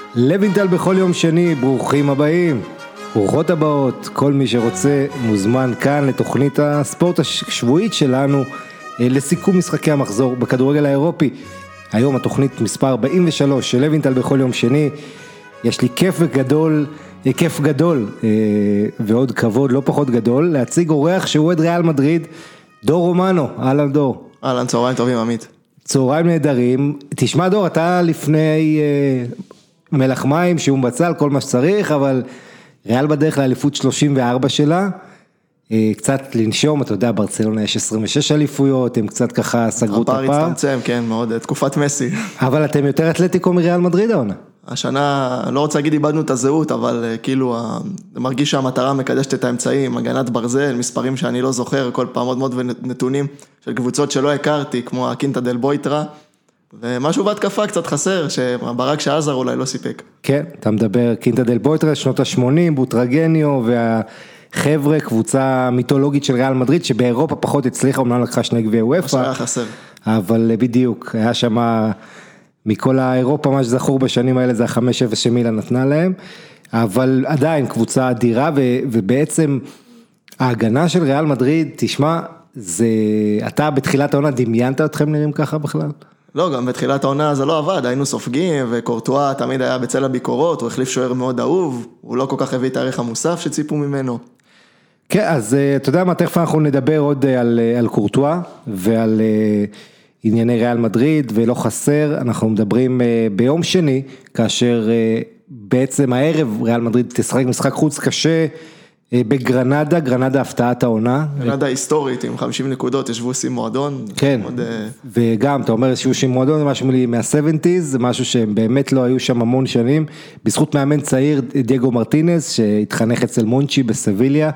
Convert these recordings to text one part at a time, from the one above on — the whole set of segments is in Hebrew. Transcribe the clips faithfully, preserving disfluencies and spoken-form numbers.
לוינטל בכל יום שני, ברוכים הבאים, ברוכות הבאות, כל מי שרוצה מוזמן כאן לתוכנית הספורט השבועית שלנו, לסיכום משחקי המחזור בכדורגל האירופי. היום התוכנית מספר ארבעים ושלוש של לוינטל בכל יום שני, יש לי כיף וגדול, כיף גדול ועוד כבוד לא פחות גדול, להציג אורח שהוא אוהד ריאל מדריד, דור רומנו. אהלן דור. אהלן, צהריים טובים עמית. צהריים נהדרים. תשמע דור, אתה לפני מלח מים, שיום בצל, כל מה שצריך, אבל ריאל בדרך לאליפות שלושים וארבע שלה, קצת לנשום, אתה יודע, ברצלונה יש עשרים ושש אליפויות, הם קצת ככה סגרו את הפער. הפער הצטמצם, כן, מאוד, תקופת מסי. אבל אתם יותר אתלטיקו מריאל מדריד העונה. השנה, לא רוצה להגיד איבדנו את הזהות, אבל כאילו, מרגיש שהמטרה מקדשת את האמצעים, הגנת ברזל, מספרים שאני לא זוכר, כל פעם עוד מאוד נתונים של קבוצות שלא הכרתי, כמו הקינטה דל בויטרה, ומשהו בהתקפה קצת חסר, שהברק שעזר אולי לא סיפק. כן, אתה מדבר קינטה דל בויטרה, שנות ה-שמונים, בוטרגניו, והחבר'ה, קבוצה מיתולוגית של ריאל מדריד, שבאירופה פחות הצליחה, אומנם לקחה שני גביעי וופא. מה שהיה חסר. אבל בדיוק, היה שם מכל האירופה, מה שזכור בשנים האלה, זה ה-חמש אפס שמילה נתנה להם, אבל עדיין קבוצה אדירה, ובעצם ההגנה של ריאל מדריד, תשמע, זה, אתה בתחילת העונה דמיינת אתכם נראים ככה בכלל? לא, גם בתחילת העונה זה לא עבד, היינו סופגים, וקורטואה תמיד היה בצל הביקורות, הוא החליף שוער מאוד אהוב, הוא לא כל כך הביא את הערך המוסף שציפו ממנו. כן, אז אתה יודע מה, תכף אנחנו נדבר עוד על, על קורטואה, ועל ענייני ריאל מדריד, ולא חסר, אנחנו מדברים ביום שני, כאשר בעצם הערב ריאל מדריד תשחק משחק חוץ קשה, בגרנדה, גרנדה הפתעת העונה. גרנדה היסטורית, עם חמישים נקודות, ישבו סים מועדון. כן, עוד... וגם, אתה אומר, ישבו סים מועדון, זה משהו מה-שבעים, זה משהו שהם באמת לא היו שם המון שנים, בזכות מאמן צעיר, דייגו מרטינז, שהתחנך אצל מונצ'י בסביליה,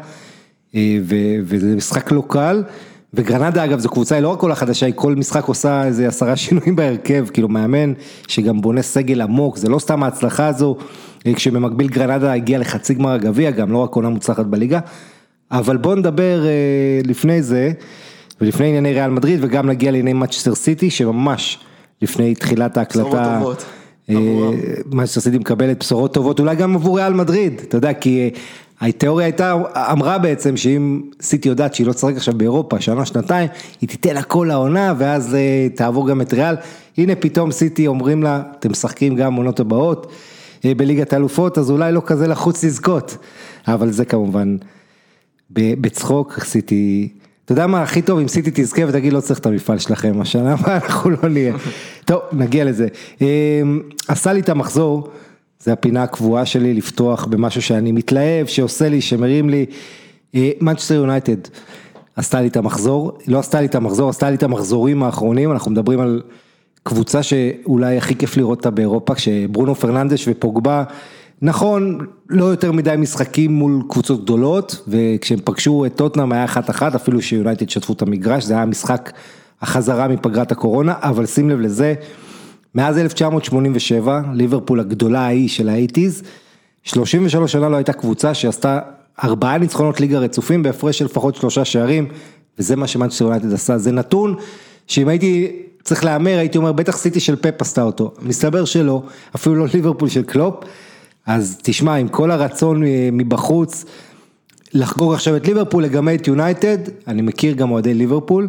וזה משחק לא קל, וגרנדה, אגב, זו קבוצה, היא לא רק כל החדשה, היא כל משחק עושה איזה עשרה שינויים בהרכב, כאילו מאמן, שגם בונה סגל עמוק, זה לא סתם ההצלחה הזו, כשבמקביל גרנדה הגיע לחצי גמר הגביע, גם לא רק עונה מוצלחת בליגה, אבל בואו נדבר לפני זה, ולפני ענייני ריאל מדריד, וגם נגיע לענייני מנצ'סטר סיטי, שממש לפני תחילת ההקלטה, מנצ'סטר סיטי מקבלת בשורות טובות, אולי גם עבור ריאל מדריד, אתה יודע, כי התיאוריה הייתה, אמרה בעצם, שאם סיטי יודעת שהיא לא תשחק עכשיו באירופה, שנה, שנתיים, היא תיתן לה כל העונה, ואז תעבור גם את ריאל, הנה פתאום סיטי אומרים לה, אתם משחקים גם עונות הבאות, בליגת האלופות, אז אולי לא כזה לחוץ לזכות, אבל זה כמובן בצחוק. סיטי, אתה יודע מה, הכי טוב אם סיטי תזכה ותגיד לא צריך את המפעל שלכם, השנה הבאה אנחנו לא נהיה. טוב, נגיע לזה. עשה לי את המחזור, זה הפינה הקבועה שלי לפתוח במשהו שאני מתלהב, שעושה לי, שמרים לי, מנצ'סטר יונייטד עשתה לי את המחזור, לא עשתה לי את המחזור, עשתה לי את המחזורים האחרונים, אנחנו מדברים על קבוצה שאולי הכי כיף לראות אותה באירופה, כשברונו פרננדש ופוגבה, נכון, לא יותר מדי משחקים מול קבוצות גדולות, וכשהם פגשו את טוטנהאם היה אחת אחת, אפילו שיונייטד שתפו את המגרש, זה היה משחק החזרה מפגרת הקורונה, אבל שים לב לזה, מאז אלף תשע מאות שמונים ושבע, ליברפול הגדולה ההיא של ה-שמונים, שלושים ושלוש שנה לא הייתה קבוצה שעשתה ארבעה ניצחונות ליגה רצופים, בהפרש של לפחות שלושה שערים, וזה מה שמנצ'סטר יונייטד עשה, זה נתון שאם הייתי צריך לאמר, הייתי אומר, בטח סיטי של פפ עשתה אותו, מסתבר שלא, אפילו לא ליברפול של קלופ, אז תשמע, עם כל הרצון מבחוץ, לחגוג עכשיו את ליברפול, לגמרי את יונייטד, אני מכיר גם אוהדי ליברפול,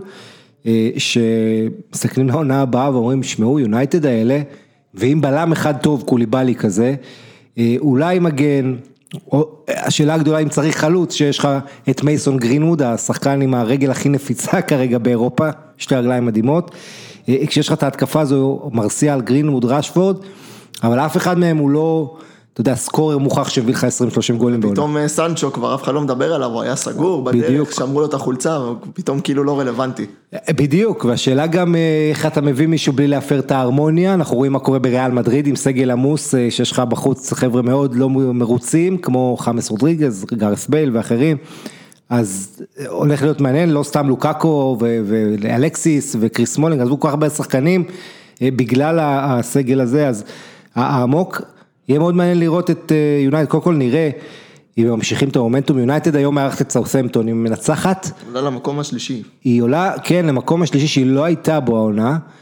שמסתכלים לעונה הבאה ואומרים, שמעו, יונייטד האלה, ואם בלם אחד טוב, קוליבאלי כזה, אולי מגן, השאלה הגדולה אם צריך חלוץ, שיש לך את מייסון גרינווד, השחקן עם הרגל הכי נפיצה כרגע באירופה, שתי רגליים מדהימות, כשיש לך את ההתקפה הזו, מרסיאל, גרינווד, רשפורד, אבל אף אחד מהם הוא לא, אתה יודע, סקורר מוכח שהביא לך עשרים שלושים גולים בעונה. פתאום סנצ'ו כבר אף אחד לא מדבר עליו, הוא היה סגור בדרך, שמרו לו את החולצה, פתאום כאילו לא רלוונטי. בדיוק, והשאלה גם איך אתה מביא מישהו בלי להפר את ההרמוניה, אנחנו רואים מה קורה בריאל מדריד, עם סגל עמוס, שיש לך בחוץ חבר'ה מאוד לא מרוצים, כמו חמאס רודריגז, גארת' בייל ואחרים, אז הולך להיות מעניין, לא סתם לוקאקו ואלקסיס וקריס סמולינג, עזבו כל כך הרבה שחקנים, בגלל הסגל הזה, אז העמוק, יהיה מאוד מעניין לראות את יונייטד, קודם כל נראה, אם ממשיכים את המומנטום, יונייטד היום מערכת את סאות'המפטון, היא מנצחת. עולה למקום השלישי. היא עולה, כן, למקום השלישי שהיא לא הייתה בו העונה,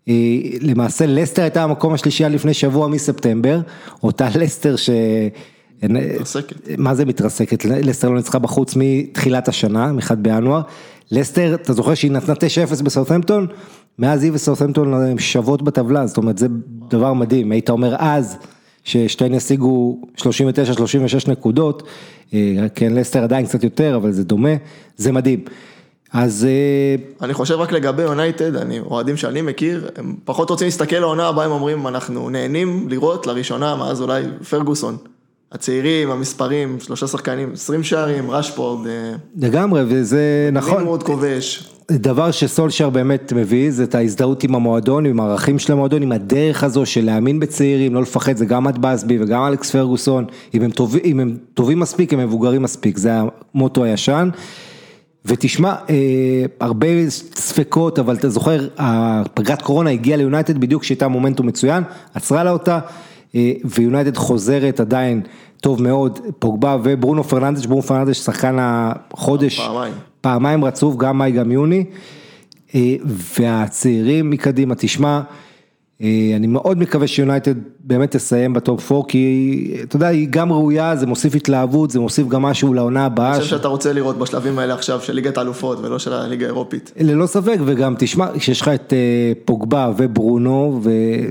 למעשה לסטר הייתה המקום השלישי עד לפני שבוע מספטמבר, אותה לסטר ש... מתרסקת. מה זה מתרסקת? לסטר לא ניצחה בחוץ מתחילת השנה, מאחד בינואר, לסטר, אתה זוכר שהיא נתנה תשע אפס בסאות'המפטון, מאז היא וסאות'המפטון שוות בטבלה, זאת אומרת זה דבר מדהים, היית אומר אז, ששתיהן ישיגו שלושים ותשע שלושים ושש נקודות, כן לסטר עדיין קצת יותר, אבל זה דומה, זה מדהים. אז אני חושב רק לגבי יונייטד, אני אוהדים שאני מכיר, הם פחות רוצים להסתכל לעונה הבאה, הם אומרים אנחנו נהנים לראות לראשונה, מאז אולי פרגוסון, הצעירים, המספרים, שלושה שחקנים, עשרים שערים, רשפורד, לגמרי, וזה נכון, מאוד כובש. דבר שסולשר באמת מביא, זה את ההזדהות עם המועדון, עם הערכים של המועדון, עם הדרך הזו של להאמין בצעירים, לא לפחד, זה גם את בסבי וגם אלכס פרגוסון, אם הם טובים, אם הם טובים מספיק, הם מבוגרים מספיק, זה המוטו הישן. ותשמע, הרבה ספקות, אבל אתה זוכר, הפגרת קורונה הגיעה ליונייטד בדיוק שהייתה מומנטום מצוין, עצרה לה אותה, ויונייטד חוזרת עדיין טוב מאוד, פוגבה וברונו פרננדש, ברונו פרננדש שחקן החודש, פעמיים. פעמיים רצוף, גם מאי גם יוני, והצעירים מקדימה, תשמע, אני מאוד מקווה שיונייטד באמת תסיים בטופ ארבע, כי אתה יודע, היא גם ראויה, זה מוסיף התלהבות, זה מוסיף גם משהו לעונה הבאה. אני חושב שאתה רוצה לראות בשלבים האלה עכשיו של ליגת האלופות, ולא של הליגה האירופית. ללא ספק, וגם תשמע, כשיש לך את פוגבה וברונו,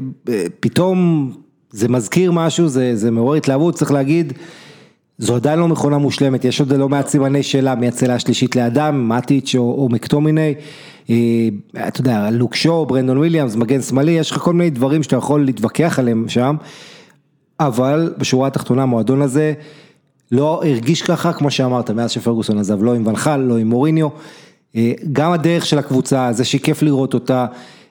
ופתאום זה מזכיר משהו, זה, זה מעורר התלהבות, צריך להגיד, זו עדיין לא מכונה מושלמת, יש עוד לא מעט סימני שאלה, מהצלה השלישית לאדם, מטיץ' או, או מקטומיני, אתה יודע, לוק שו, ברנדון וויליאמס, מגן שמאלי, יש לך כל מיני דברים שאתה יכול להתווכח עליהם שם, אבל בשורה התחתונה המועדון הזה לא הרגיש ככה, כמו שאמרת, מאז שפרגוסון עזב, לא עם ונחל, לא עם מוריניו, גם הדרך של הקבוצה, זה שכיף לראות אותה,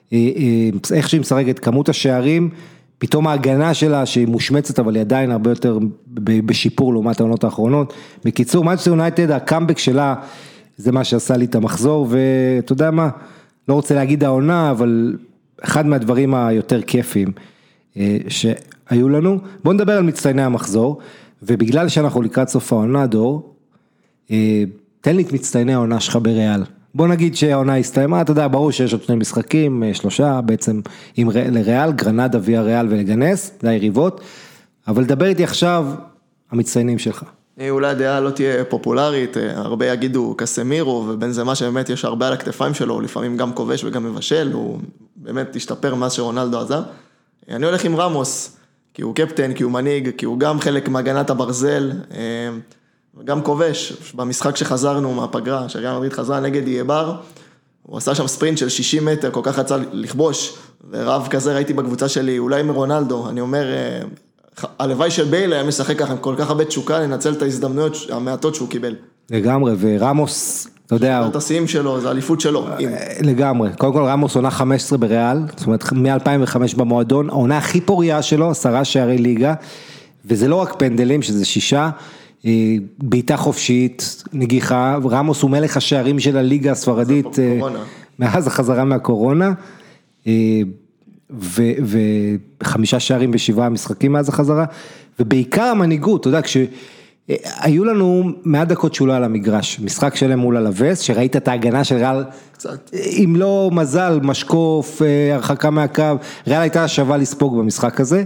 איך שהיא משחקת, כמות השערים, פתאום ההגנה שלה שהיא מושמצת, אבל היא עדיין הרבה יותר בשיפור לעומת העונות האחרונות. בקיצור, מנצ'סטר יונייטד, הקאמבק שלה, זה מה שעשה לי את המחזור, ואתה יודע מה, לא רוצה להגיד העונה, אבל אחד מהדברים היותר כיפים שהיו לנו, בואו נדבר על מצטייני המחזור, ובגלל שאנחנו לקראת סוף העונה, דור, תן לי את מצטייני העונה שלך בריאל. בוא נגיד שהעונה הסתיימה, אתה יודע, ברור שיש עוד שני משחקים, שלושה בעצם, עם לריאל, גרנדה, ויה ריאל ולגנס, זה היריבות, אבל דבר איתי עכשיו, המצטיינים שלך. אולי הדעה לא תהיה פופולרית, הרבה יגידו קסמירו, ובין זה מה שבאמת יש הרבה על הכתפיים שלו, לפעמים גם כובש וגם מבשל, הוא באמת השתפר מאז שרונלדו עזב. אני הולך עם רמוס, כי הוא קפטן, כי הוא מנהיג, כי הוא גם חלק מהגנת הברזל, וגם כובש, במשחק שחזרנו מהפגרה, שריאל מדריד חזרה נגד יאבר, הוא עשה שם ספרינט של שישים מטר, כל כך רצה לכבוש, ורב כזה ראיתי בקבוצה שלי, אולי מרונלדו, אני אומר, הלוואי של בייל היה משחק ככה, עם כל כך הרבה תשוקה, לנצל את ההזדמנויות המעטות שהוא קיבל. לגמרי, ורמוס, אתה יודע... את השיאים שלו, זה האליפות שלו. לגמרי, קודם כל רמוס עונה חמש עשרה בריאל, זאת אומרת מ-אלפיים וחמש במועדון, העונה הכי פוריה שלו, עשרה שערי ליגה, וזה לא רק פנדלים, שזה שישה, בעיטה חופשית, נגיחה, רמוס הוא מלך השערים של הליגה הספרדית, מאז החזרה מהקורונה, וחמישה שערים בשבעה משחקים מאז החזרה, ובעיקר המנהיגות, אתה יודע, כשהיו לנו מעט דקות שהוא לא על המגרש, משחק שלהם מול הלווס, שראית את ההגנה של ריאל, אם לא מזל, משקוף, הרחקה מהקו, ריאל הייתה שווה לספוג במשחק הזה,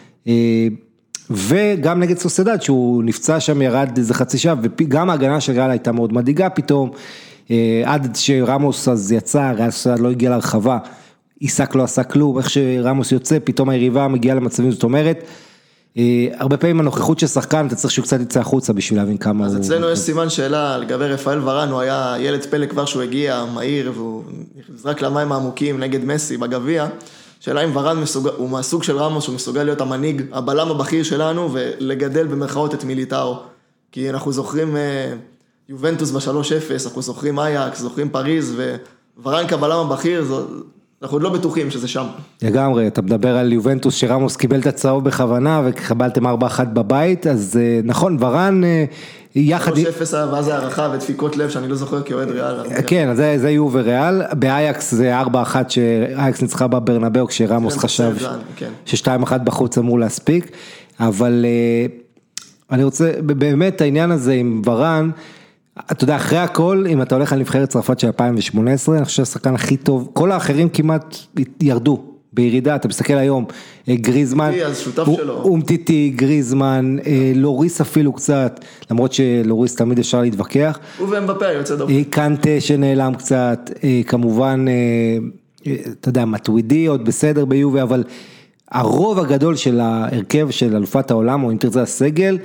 וגם נגד סוסיידד, שהוא נפצע שם, ירד איזה חצי שעה, וגם ההגנה של ריאל הייתה מאוד מדאיגה פתאום, עד שרמוס אז יצא, ריאל סוסיידד לא הגיע להרחבה, עיסק לא עשה כלום, איך שרמוס יוצא, פתאום היריבה מגיעה למצבים, זאת אומרת, הרבה פעמים הנוכחות של שחקן, אתה צריך שהוא קצת יצא החוצה בשביל להבין כמה אז הוא... אז אצלנו יש סימן שאלה, לגבי רפאל ורן, הוא היה ילד פלא כבר שהוא הגיע, מהיר, והוא נזרק למים העמוקים נגד מסי בגביע, שאלה אם ורן מסוג... הוא מהסוג של רמוס, שהוא מסוגל להיות המנהיג, הבלם הבכיר שלנו, ולגדל במרכאות את מיליטאו, כי אנחנו זוכרים יובנטוס ב-שלוש אפס, אנחנו זוכרים אייקס, זוכרים פריז, וורן כבלם הבכיר, זו... אנחנו עוד לא בטוחים שזה שם. לגמרי, אתה מדבר על יובנטוס שרמוס קיבל את הצהוב בכוונה, וקבלתם ארבע אחת בבית, אז נכון, ורן יחד... שלוש אפס ואז הערכה ודפיקות לב, שאני לא זוכר כאוהד ריאל. כן, אז זה יו וריאל, באייקס זה ארבע אחת שאייקס ניצחה בברנבאו, כשרמוס חשב ששתיים אחת בחוץ אמור להספיק, אבל אני רוצה, באמת העניין הזה עם ורן, אתה יודע, אחרי הכל, אם אתה הולך על נבחרת צרפת של אלפיים ושמונה עשרה, אני חושב שהשחקן הכי טוב, כל האחרים כמעט ירדו, בירידה, אתה מסתכל היום, גריזמן, אומטיטי, גריזמן, לוריס אפילו קצת, למרות שלוריס תמיד אפשר להתווכח. ובאמבפה יוצא דופן. קנטה שנעלם קצת, כמובן, אתה יודע, מטווידי עוד בסדר ביובי, אבל הרוב הגדול של ההרכב של אלופת העולם, או אם תרצה הסגל,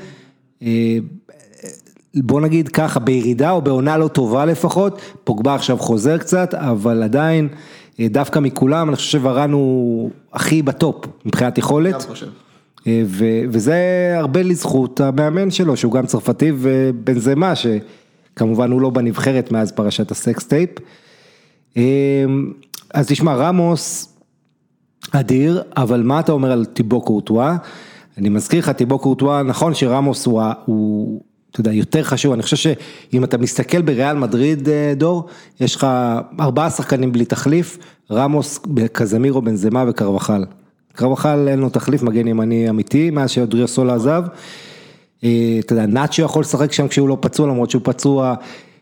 בוא נגיד ככה, בירידה או בעונה לא טובה לפחות, פוגבה עכשיו חוזר קצת, אבל עדיין, דווקא מכולם, אני חושב שוראנו הכי בטופ, מבחינת יכולת, ו- וזה הרבה לזכות המאמן שלו, שהוא גם צרפתי ובנזמה, שכמובן הוא לא בנבחרת מאז פרשת הסקסטייפ. אז תשמע, רמוס אדיר, אבל מה אתה אומר על טיבו קורטואה? אני מזכיר לך, טיבו קורטואה, נכון שרמוס הוא, הוא אתה יודע, יותר חשוב, אני חושב שאם אתה מסתכל בריאל מדריד, דור, יש לך ארבעה שחקנים בלי תחליף, רמוס, קזמירו, בנזמה וקרבחל. קרבחל אין לו תחליף, מגן ימני אמיתי, מאז שאודריוסולה עזב, אתה יודע, נאצ'ו יכול לשחק שם כשהוא לא פצוע, למרות שהוא פצוע,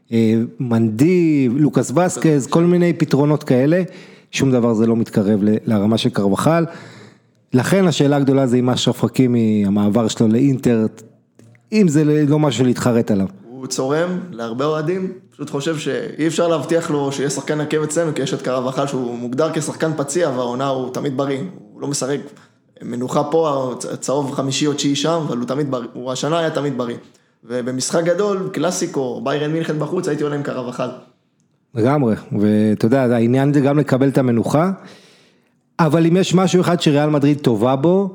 מנדי, לוקאס וסקז, כל מיני פתרונות כאלה, שום דבר זה לא מתקרב לרמה של קרבחל, לכן השאלה הגדולה זה אם אשרף חכימי, המעבר שלו לאינטר, אם זה לא משהו להתחרט עליו. הוא צורם להרבה אוהדים, פשוט חושב שאי אפשר להבטיח לו שיהיה שחקן עקב אצלנו, כי יש את קרבחל שהוא מוגדר כשחקן פציע, והעונה הוא תמיד בריא, הוא לא משחק מנוחה פה, צהוב חמישי או תשיעי שם, אבל הוא תמיד בריא, הוא השנה היה תמיד בריא. ובמשחק גדול, קלאסיקו, ביירן מינכן בחוץ, הייתי עולה עם קרבחל. לגמרי, ואתה יודע, העניין זה גם לקבל את המנוחה, אבל אם יש משהו אחד שריאל מדריד טובה בו,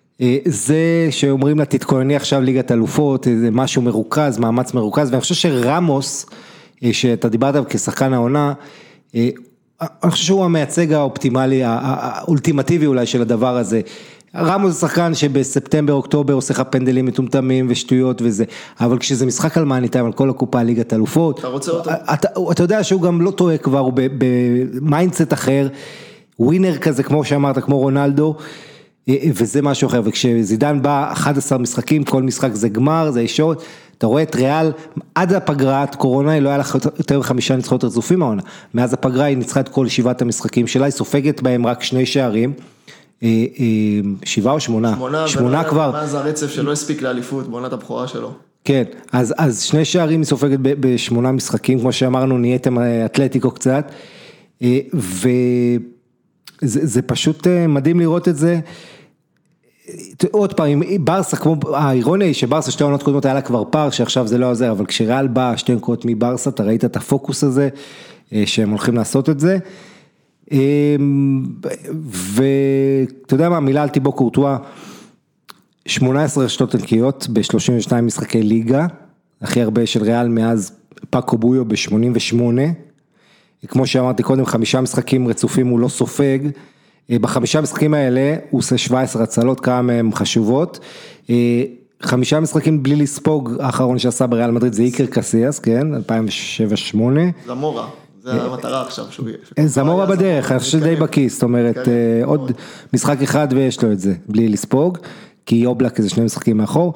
זה שאומרים לה תתכונני עכשיו ליגת אלופות, זה משהו מרוכז, מאמץ מרוכז, ואני חושב שרמוס, שאתה דיברת כשחקן העונה, אני חושב שהוא המייצג האופטימלי, האולטימטיבי אולי של הדבר הזה, רמוס זה שחקן שבספטמבר, אוקטובר עושה לך פנדלים מטומטמים ושטויות וזה, אבל כשזה משחק על מעניתיים, על כל הקופה ליגת אלופות, אתה רוצה אותו? אתה, אתה יודע שהוא גם לא טועה כבר, הוא במיינדסט אחר, ווינר כזה כמו שאמרת, כמו רונלדו, וזה משהו אחר, וכשזידן בא אחד עשר משחקים, כל משחק זה גמר, זה ישורת, אתה רואה את ריאל, עד הפגרת קורונה, היא לא היה לך יותר מחמישה ניצחונות רצופים העונה, מאז הפגרה היא ניצחה את כל שבעת המשחקים שלה, היא סופגת בהם רק שני שערים, שבעה או שמונה, שמונה, שמונה כבר. מאז הרצף שלא הספיק לאליפות, בעונת הבכורה שלו. כן, אז, אז שני שערים היא סופגת בשמונה משחקים, כמו שאמרנו, נהייתם אתלטיקו קצת, וזה זה פשוט מדהים לראות את זה, עוד פעם, ברסה, כמו האירוניה היא שברסה שתי עונות קודמות היה לה כבר פער, שעכשיו זה לא עוזר, אבל כשריאל בא שתי נקודות מברסה, אתה ראית את הפוקוס הזה, שהם הולכים לעשות את זה, ואתה יודע מה, מילה על טיבו קורטואה, שמונה עשרה רשתות ענקיות ב-שלושים ושתיים משחקי ליגה, הכי הרבה של ריאל מאז פאקו בויו ב-שמונים ושמונה, כמו שאמרתי קודם, חמישה משחקים רצופים הוא לא סופג, בחמישה משחקים האלה הוא עושה שבע עשרה הצלות, כמה מהם חשובות, חמישה משחקים בלי לספוג, האחרון שעשה בריאל מדריד זה איקר קסיאס, כן, אלפיים ושבע שמונה. זמורה, זה המטרה עכשיו. זמורה בדרך, אני חושב די בכיס, זאת אומרת, עוד משחק אחד ויש לו את זה, בלי לספוג, כי אובלק איזה שני משחקים מאחור,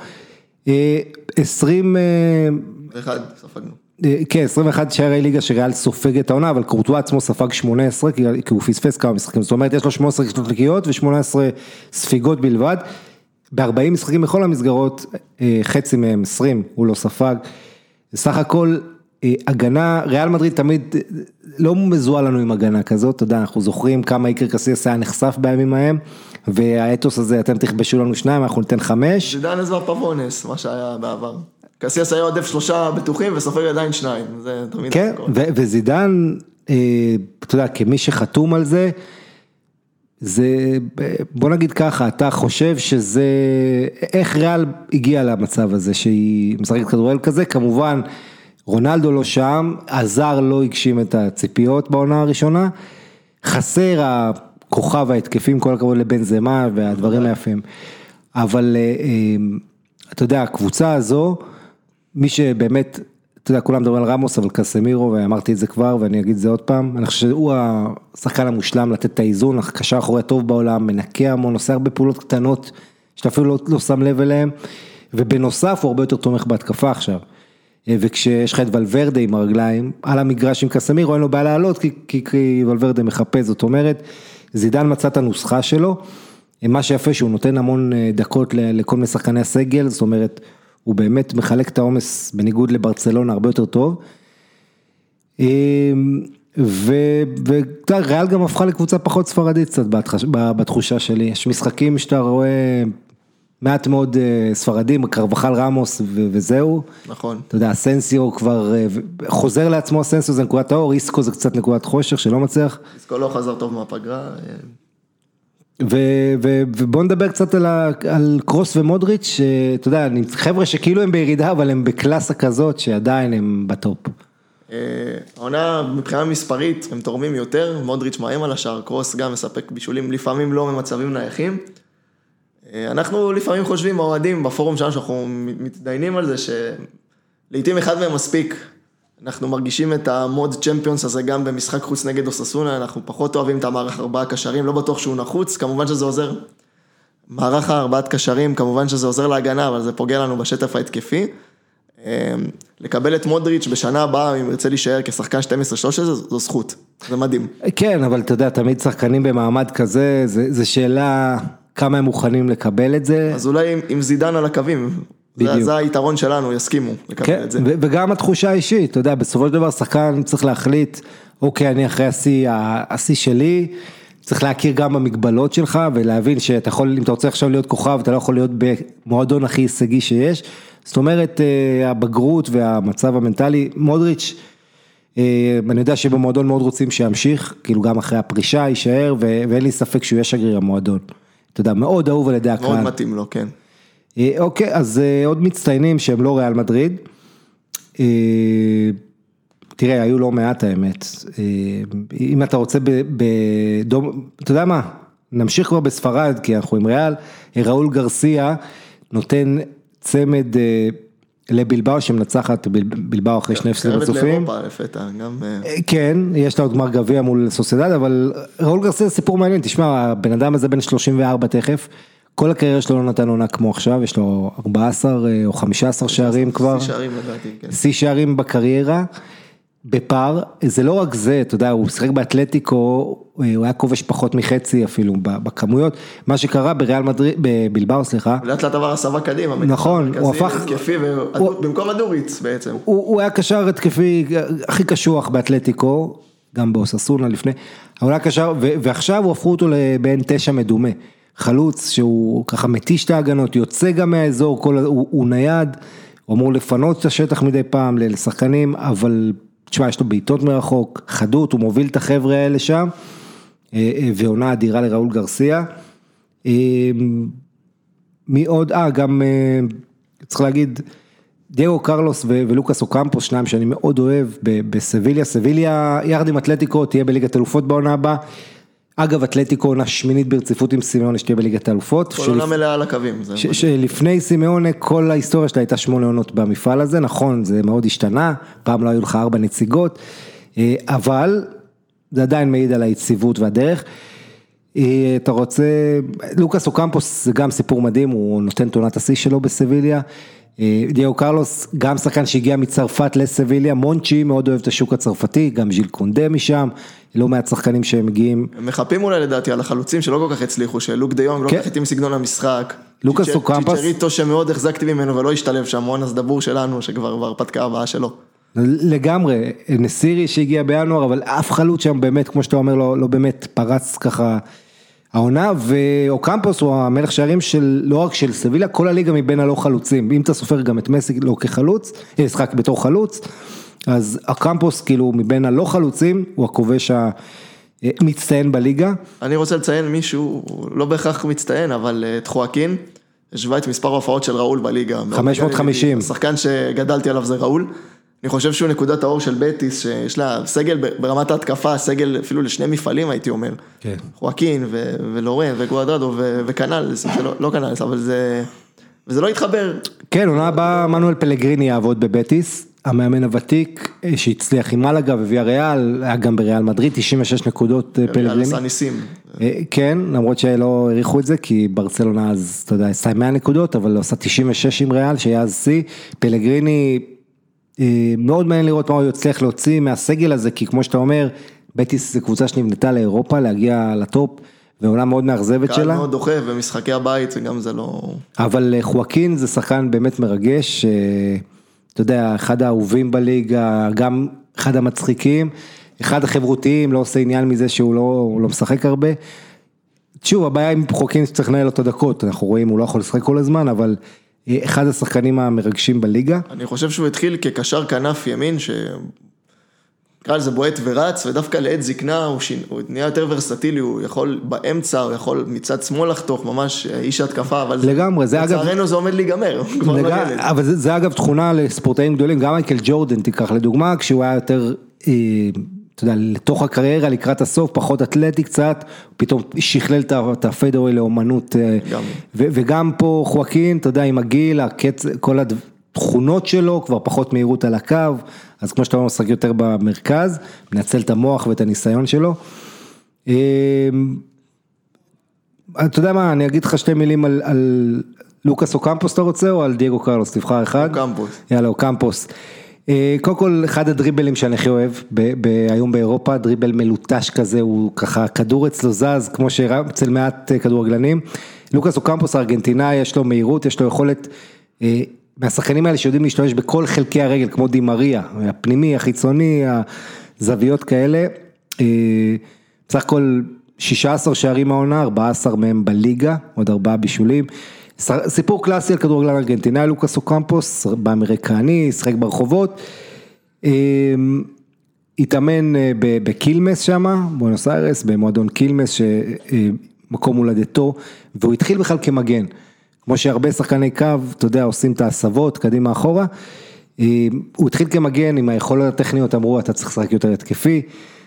עשרים ואחד ספגנו. כן, עשרים ואחת שערי ליגה שריאל סופג את העונה, אבל קורטואה עצמו ספג שמונה עשרה, כי הוא פספס כמה משחקים, זאת אומרת, יש לו שמונה עשרה רשתות נקיות ו-שמונה עשרה ספיגות בלבד, ב-ארבעים משחקים בכל המסגרות, חצי מהם עשרים, הוא לא ספג, סך הכל, הגנה, ריאל מדריד תמיד לא מזוהה לנו עם הגנה כזאת, אתה יודע, אנחנו זוכרים כמה איקר קסיאס היה נחשף בימים ההם, והאתוס הזה, אתם תכבשו לנו שניים, אנחנו ניתן חמש. זידן עזבה פבונס, מה שהיה בעבר. קסיאס היה עודף שלושה בטוחים וסופג עדיין שניים, זה תמיד כן, וזידן, אתה יודע, כמי שחתום על זה, זה, בוא נגיד ככה, אתה חושב שזה, איך ריאל הגיע למצב הזה, שהיא משחקת כדורגל כזה, כמובן, רונלדו לא שם, הזר לא הגשים את הציפיות בעונה הראשונה, חסר הכוכב ההתקפים, כל הכבוד לבנזמה והדברים היפים, אבל אתה יודע, הקבוצה הזו, מי שבאמת, אתה יודע, כולם מדברים על רמוס, אבל קסמירו, ואמרתי את זה כבר, ואני אגיד את זה עוד פעם, אני חושב שהוא השחקן המושלם לתת את האיזון, הקשר האחורי הטוב בעולם, מנקה המון, עושה הרבה פעולות קטנות, שאתה אפילו לא, לא שם לב אליהם, ובנוסף הוא הרבה יותר תומך בהתקפה עכשיו, וכשיש לך את ולוורדה עם הרגליים, על המגרש עם קסמירו, אין לו בעיה לעלות, כי, כי, כי ולוורדה מחפש, זאת אומרת, זידן מצא את הנוסחה שלו, מה שיפה שהוא נותן המון דקות לכל משחקני הסגל, זאת אומרת, הוא באמת מחלק את העומס בניגוד לברצלונה הרבה יותר טוב, וריאל גם הפכה לקבוצה פחות ספרדית קצת בתחושה שלי, יש משחקים שאתה רואה מעט מאוד ספרדים, קרבחל רמוס וזהו. נכון. אתה יודע, אסנסיו כבר חוזר לעצמו, אסנסיו זה נקודת האור, איסקו זה קצת נקודת חושך שלא מצליח. איסקו לא חזר טוב מהפגרה. ובוא נדבר קצת על קרוס ומודריץ', אתה יודע, חבר'ה שכאילו הם בירידה, אבל הם בקלאסה כזאת שעדיין הם בטופ. העונה מבחינה מספרית, הם תורמים יותר, מודריץ' מאיים על השאר, קרוס גם מספק בישולים, לפעמים לא ממצבים נייחים. אנחנו לפעמים חושבים, האוהדים בפורום שלנו, שאנחנו מתדיינים על זה, שלעיתים אחד מהם מספיק, אנחנו מרגישים את המוד צ'מפיונס הזה גם במשחק חוץ נגד אוססונה, אנחנו פחות אוהבים את המערך ארבעה קשרים, לא בטוח שהוא נחוץ, כמובן שזה עוזר, מערך הארבעת קשרים, כמובן שזה עוזר להגנה, אבל זה פוגע לנו בשטף ההתקפי, לקבל את מודריץ' בשנה הבאה, אם ירצה להישאר כשחקן שתים עשרה שלוש עשרה, זו זכות, זה מדהים. כן, אבל אתה יודע, תמיד שחקנים במעמד כזה, זה שאלה כמה הם מוכנים לקבל את זה. אז אולי עם זידן על הקווים, זה, זה היתרון שלנו, יסכימו לקבל כן, את זה. וגם התחושה האישית, אתה יודע, בסופו של דבר שחקן צריך להחליט, אוקיי, אני אחרי השיא, השיא שלי, צריך להכיר גם במגבלות שלך, ולהבין שאתה יכול, אם אתה רוצה עכשיו להיות כוכב, אתה לא יכול להיות במועדון הכי הישגי שיש, זאת אומרת, הבגרות והמצב המנטלי, מודריץ', אני יודע שבמועדון מאוד רוצים שימשיך, כאילו גם אחרי הפרישה יישאר, ואין לי ספק שהוא יהיה שגריר המועדון. אתה יודע, מאוד אהוב על ידי הקהל. מאוד מתאים לו, כן. אוקיי, אז עוד מצטיינים שהם לא ריאל מדריד. תראה, היו לא מעט האמת. אם אתה רוצה בדום, אתה יודע מה? נמשיך כבר בספרד, כי אנחנו עם ריאל. ראול גרסיה נותן צמד לבלבאו, שמנצחת בלבאו אחרי שני הפסדים רצופים. כן, יש לה עוד גמר גביע מול סוסיידד, אבל ראול גרסיה זה סיפור מעניין. תשמע, הבן אדם הזה בן שלושים וארבע תכף, כל הקריירה שלו לא נתן עונה כמו עכשיו, יש לו ארבעה עשר או חמישה עשר שערים כבר. שיא שערים לדעתי, כן. שיא שערים בקריירה, בפאר, זה לא רק זה, אתה יודע, הוא שחק באתלטיקו, הוא היה כובש פחות מחצי אפילו בכמויות, מה שקרה בריאל מדריד, בבלבאו, סליחה. לאט לאט עבר הסבה קדימה. נכון, הוא הפך... התקפי, במקום הדוריץ בעצם. הוא היה קשר התקפי הכי קשוח באתלטיקו, גם באוססונה לפני, הוא היה קשר, ועכשיו הוא הפכו אותו לבין תשע מדומה. חלוץ שהוא ככה מתיש את ההגנות, יוצא גם מהאזור, כל, הוא, הוא נייד, הוא אמור לפנות את השטח מדי פעם לשחקנים, אבל תשמע, יש לו בעיטות מרחוק, חדות, הוא מוביל את החבר'ה האלה שם, ועונה אדירה לראול גרסיה. מי עוד, אה, גם צריך להגיד, דייגו קרלוס ולוקאס אוקמפוס, שניים שאני מאוד אוהב בסביליה, סביליה יחד עם אתלטיקו, תהיה בליגת אלופות בעונה הבאה, אגב, אתלטיקו עונה שמינית ברציפות עם סימאונה שתהיה בליגת האלופות. כל עונה מלאה על הקווים. שלפני סימאונה כל ההיסטוריה שלה הייתה שמונה עונות במפעל הזה, נכון, זה מאוד השתנה, פעם לא היו לך ארבע נציגות, אבל זה עדיין מעיד על היציבות והדרך. אתה רוצה, לוקאס אוקמפוס זה גם סיפור מדהים, הוא נותן תונת השיא שלו בסביליה, דייגו קרלוס, גם שחקן שהגיע מצרפת לסביליה, מונצ'י מאוד אוהב את השוק הצרפתי, גם ז'יל קונדה משם, לא מעט שחקנים שהם מגיעים. הם מחפים אולי לדעתי על החלוצים שלא כל כך הצליחו, שלוק דיונג לא כך התאים סגנון המשחק. לוקאס אוקמפוס. צ'יצ'ריטו שמאוד החזקתי ממנו ולא השתלב שם, מונס דבור שלנו שכבר בהרפתקה הבאה שלו. לגמרי, נסירי שהגיע בינואר, אבל אף חלוץ שם באמת, כמו שאתה אומר, לא, לא באמת פרץ ככה העונה, ואוקמפוס הוא המלך שערים של, לא רק של סביליה, כל הליגה מבין הלא חלוצים, אם אתה סופר גם את מסי לא כחלוץ, ישחק בתור חלוץ, אז אוקמפוס כאילו מבין הלא חלוצים, הוא הכובש המצטיין בליגה. אני רוצה לציין מישהו, לא בהכרח מצטיין, אבל את חואקין, השווה את מספר ההופעות של ראול בליגה. חמש מאות וחמישים. השחקן שגדלתי עליו זה ראול, אני חושב שהוא נקודת האור של בטיס, שיש לה סגל ברמת ההתקפה, סגל אפילו לשני מפעלים הייתי אומר. כן. חואקין ולורן וגואדרדו וקנל, לא קנל, אבל זה, וזה לא התחבר. כן, עונה הבאה מנואל פלגריני יעבוד בבטיס, המאמן הוותיק שהצליח עם מלאגה וויה ריאל, היה גם בריאל מדריד, תשעים ושש נקודות פלגריני. ריאל עשה ניסים. כן, למרות שלא העריכו את זה, כי ברצלונה אז, אתה יודע, עשה מאה נקודות, אבל עשה תשעים ושש עם ריאל, שהיה אז סי, פלגריני מאוד מעניין לראות מה הוא יצליח להוציא מהסגל הזה, כי כמו שאתה אומר, בטיס זה קבוצה שנבנתה לאירופה, להגיע לטופ, ועונה מאוד מאכזבת שלה. קהל מאוד דוחף, ומשחקי הבית, וגם זה לא... אבל חואקין זה שחקן באמת מרגש, אתה יודע, אחד האהובים בליגה, גם אחד המצחיקים, אחד החברותיים, לא עושה עניין מזה שהוא לא, לא משחק הרבה. שוב, הבעיה עם חואקין שצריך לנהל אותו דקות, אנחנו רואים, הוא לא יכול לשחק כל הזמן, אבל אחד השחקנים המרגשים בליגה. אני חושב שהוא התחיל כקשר כנף ימין, ש... קרא לזה בועט ורץ, ודווקא לעת זקנה הוא, שינה, הוא נהיה יותר ורסטילי, הוא יכול באמצע, הוא יכול מצד שמאל לחתוך, ממש איש התקפה, אבל לגמרי, זה אגב... לצערנו זה עומד להיגמר, הוא כבר לא ילד. אבל זה, זה אגב תכונה לספורטאים גדולים, גם מייקל ג'ורדן תיקח לדוגמה, כשהוא היה יותר, אה, אתה יודע, לתוך הקריירה, לקראת הסוף, פחות אתלטי קצת, פתאום שכלל את הפיידאווי לאומנות, גם. ו, וגם פה חואקין, אתה יודע, עם הגיל, הקץ, כל התכונות שלו, כבר פחות מהירות על הקו, אז כמו שאתה אומר, משחק יותר במרכז, מנצל את המוח ואת הניסיון שלו. אתה יודע מה, אני אגיד לך שתי מילים על, על לוקאס אוקמפוס אתה רוצה, או על דייגו קרלוס, תבחר אחד. אוקמפוס. יאללה, אוקמפוס. קודם כל, אחד הדריבלים שאני הכי אוהב, ב- ב- היום באירופה, דריבל מלוטש כזה, הוא ככה, כדור אצלו זז, כמו שראה אצל מעט כדורגלנים. לוקאס אוקמפוס, הארגנטינאי, יש לו מהירות, יש לו יכולת... מהשחקנים האלה שיודעים להשתמש בכל חלקי הרגל, כמו דימריה, הפנימי, החיצוני, הזוויות כאלה, בסך הכל שישה עשר שערים העונה, ארבעה עשר מהם בליגה, עוד ארבעה בישולים, סיפור קלאסי על כדורגלן ארגנטינאי, לוקאס אוקמפוס, באמריקני, שחק ברחובות, התאמן בקילמס שם, בואנוס איירס, במועדון קילמס, שמקום הולדתו, והוא התחיל בכלל כמגן, כמו שהרבה שחקני קו, אתה יודע, עושים את ההסבות, קדימה אחורה, הוא התחיל כמגן, עם היכולות הטכניות, אמרו, אתה צריך לשחק יותר התקפי,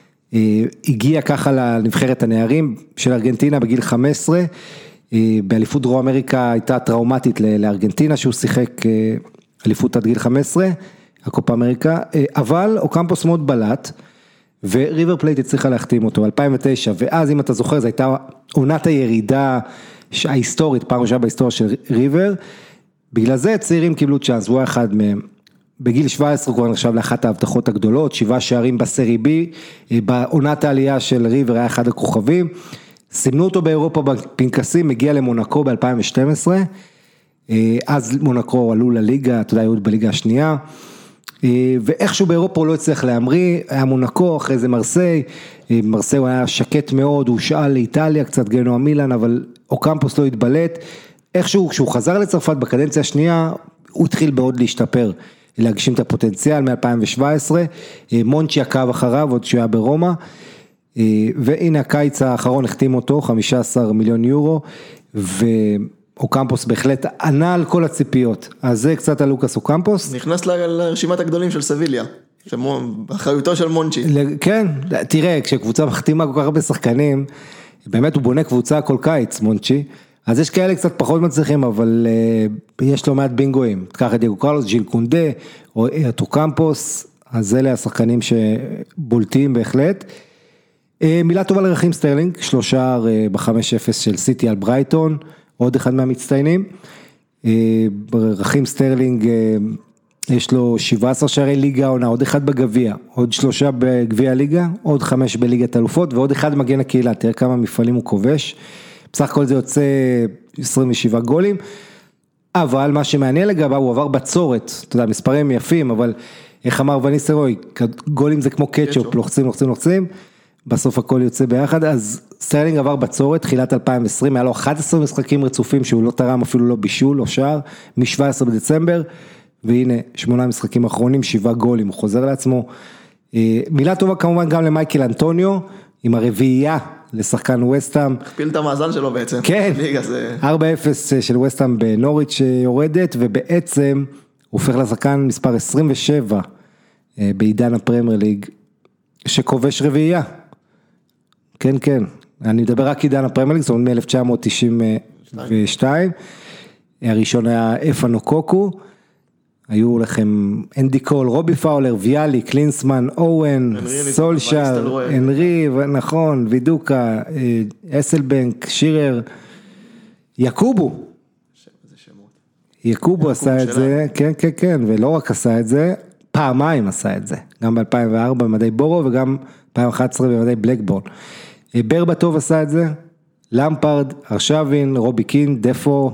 הגיע ככה לנבחרת הנערים של ארגנטינה בגיל חמש עשרה, באליפות דרום אמריקה הייתה טראומטית לארגנטינה, שהוא שיחק אליפות עד גיל חמש עשרה, הקופה אמריקה, אבל אוקמפוס מאוד בלט, וריבר פלייט הצליחה להחתים אותו, אלפיים ותשע, ואז אם אתה זוכר, זו הייתה עונת הירידה, ההיסטורית, פעם ראשונה בהיסטוריה של ריבר, בגלל זה צעירים קיבלו צ'אנס, הוא היה אחד מהם, בגיל שבע עשרה הוא כבר נחשב לאחת ההבטחות הגדולות, שבעה שערים בסרי בי, בעונת העלייה של ריבר היה אחד הכוכבים, סימנו אותו באירופה בפנקסים, מגיע למונקו ב-אלפיים ושתים עשרה, אז מונקו עלו לליגה, אתה יודע, היו בליגה השנייה, ואיכשהו באירופה הוא לא הצליח להמריא, היה מונקו, אחרי זה מרסיי, מרסיי הוא היה שקט מאוד, הוא שאל לאיטליה, קצת גנוע מילאן, אבל אוקמפוס לא התבלט, איכשהו כשהוא חזר לצרפת בקדנציה השנייה, הוא התחיל בעוד להשתפר, להגשים את הפוטנציאל מ-אלפיים שבע עשרה, מונצ'י עקב אחריו, עוד שהוא היה ברומא, והנה הקיץ האחרון החתים אותו, חמישה עשר מיליון יורו, ואוקמפוס בהחלט ענה על כל הציפיות, אז זה קצת על לוקאס אוקמפוס. נכנס לרשימת הגדולים של סביליה, אחריותו של מונצ'י. כן, תראה, כשקבוצה מחתימה כל כך הרבה שחקנים, באמת הוא בונה קבוצה כל קיץ, מונצ'י, אז יש כאלה קצת פחות מצליחים, אבל uh, יש לו מעט בינגויים, תקח את דייגו קרלוס, ג'יל קונדה, או את אוקמפוס, אז אלה השחקנים שבולטים בהחלט. Uh, מילה טובה לרכים סטרלינג, שלושה uh, ב-חמש אפס של סיטי על ברייטון, עוד אחד מהמצטיינים, uh, רכים סטרלינג, uh, יש לו שבעה עשר שערי ליגה עונה, עוד אחד בגביע, עוד שלושה בגביע הליגה, עוד חמש בליגת אלופות, ועוד אחד מגן הקהילה, תראה כמה מפעלים הוא כובש, בסך הכל זה יוצא עשרים ושבעה גולים, אבל מה שמעניין לגבי, הוא עבר בצורת, אתה יודע, מספרים יפים, אבל איך אמר וניסרוי, גולים זה כמו קטשופ, לוחצים, לוחצים, לוחצים, בסוף הכל יוצא ביחד, אז סטרלינג עבר בצורת, תחילת אלפיים ועשרים, היה לו אחד עשר משחקים רצופים, שהוא לא תרם אפילו לא בישול או שער, מ-שבעה עשר בדצמבר, והנה, שמונה משחקים אחרונים, שבעה גולים, הוא חוזר לעצמו. מילה טובה כמובן גם למייקל אנטוניו, עם הרביעייה לשחקן ווסטהאם. הכפיל את המאזן שלו בעצם. כן, ארבע אפס של ווסטהאם בנוריץ' שיורדת, ובעצם הוא הופך לשחקן מספר עשרים ושבע בעידן הפרמייר ליג, שכובש רביעייה. כן, כן, אני מדבר רק עידן הפרמייר ליג, זאת אומרת מ-אלף תשע מאות תשעים ושתיים, הראשון היה אפנו קוקו, היו לכם אנדי קול, רובי פאולר, ויאלי, קלינסמן, אוון, סולשר, אנרי, נכון, וידוקה, אסלבנק, שירר, יקובו, יקובו עשה את זה, כן, כן, כן, ולא רק עשה את זה, פעמיים עשה את זה, גם ב-אלפיים וארבע במדי בורו, וגם אלפיים ואחת עשרה בוודאי בלקבורן. ברבטוב עשה את זה, למפרד, ארשווין, רובי קין, דפו,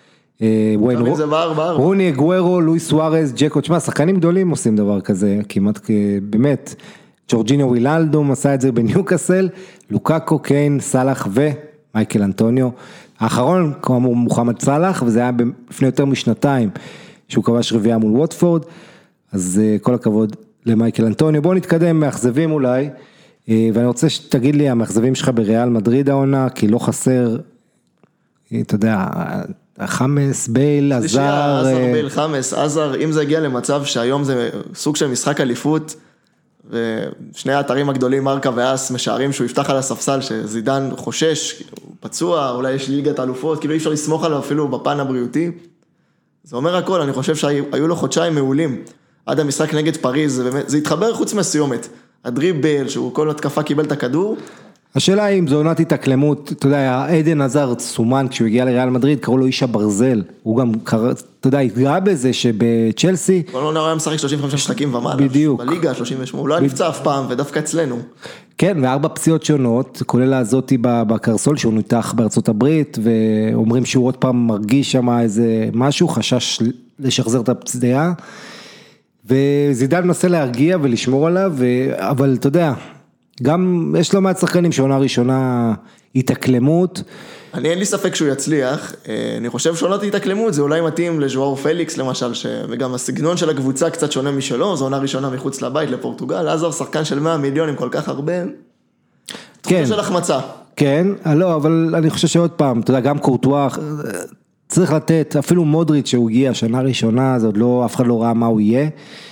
רוני אגוורו, לואיס סוארז, ג'קו, תשמע, שחקנים גדולים עושים דבר כזה, כמעט באמת, ג'ורג'ינו וויללדום עשה את זה בניוקאסל, לוקאקו, קיין, סלאח ומייקל אנטוניו, האחרון כאמור מוחמד סלאח, וזה היה לפני יותר משנתיים, שהוא כבש רביעייה מול ווטפורד, אז כל הכבוד למייקל אנטוניו, בואו נתקדם, מאכזבים אולי, ואני רוצה שתגיד לי, המאכזבים שלך בריאל מדריד העונה, כי לא חסר, אתה יודע, חמאס, בייל, עזר. עזר, בייל, חמאס, עזר, אם זה הגיע למצב שהיום זה סוג של משחק אליפות, ושני האתרים הגדולים, מרקה ואס, משערים שהוא יפתח על הספסל, שזידן חושש, הוא פצוע, אולי יש ליגת אלופות, כאילו אי אפשר לסמוך עליו אפילו בפן הבריאותי. זה אומר הכל, אני חושב שהיו לו חודשיים מעולים, עד המשחק נגד פריז, זה, באמת, זה התחבר חוץ מהסיומת. הדריבל, שהוא כל התקפה קיבל את הכדור. השאלה היא אם זו עונת התאקלמות, אתה יודע, עדן עזר סומן, כשהוא הגיע לריאל מדריד, קראו לו איש הברזל, הוא גם, אתה יודע, התגאה בזה שבצ'לסי, כל עונה הוא היה משחק שלושים וחמישה משחקים ומעלה, בדיוק, בליגה שלושים ושמונה, הוא לא היה נפצע אף פעם, ודווקא אצלנו. כן, וארבע פציעות שונות, כולל הזאתי בקרסול, שהוא נותח בארצות הברית, ואומרים שהוא עוד פעם מרגיש שם איזה משהו, חשש לשחזר את הפציעה, וזידן מנסה להרגיע ולשמור עליו, אבל אתה יודע, גם יש לו מעט שחקנים שעונה ראשונה התאקלמות. אני אין לי ספק שהוא יצליח, אני חושב שעונת התאקלמות זה אולי מתאים לז'ואר פליקס למשל, וגם הסגנון של הקבוצה קצת שונה משלו, זו עונה ראשונה מחוץ לבית לפורטוגל, עזר שחקן של מאה מיליון עם כל כך הרבה, תחושה של החמצה. כן, לא, אבל אני חושב שעוד פעם, אתה יודע, גם קורטואה, צריך לתת, אפילו מודריץ' שהוא הגיע, שנה ראשונה, זה עוד לא, אף אחד לא ראה מה הוא יהיה,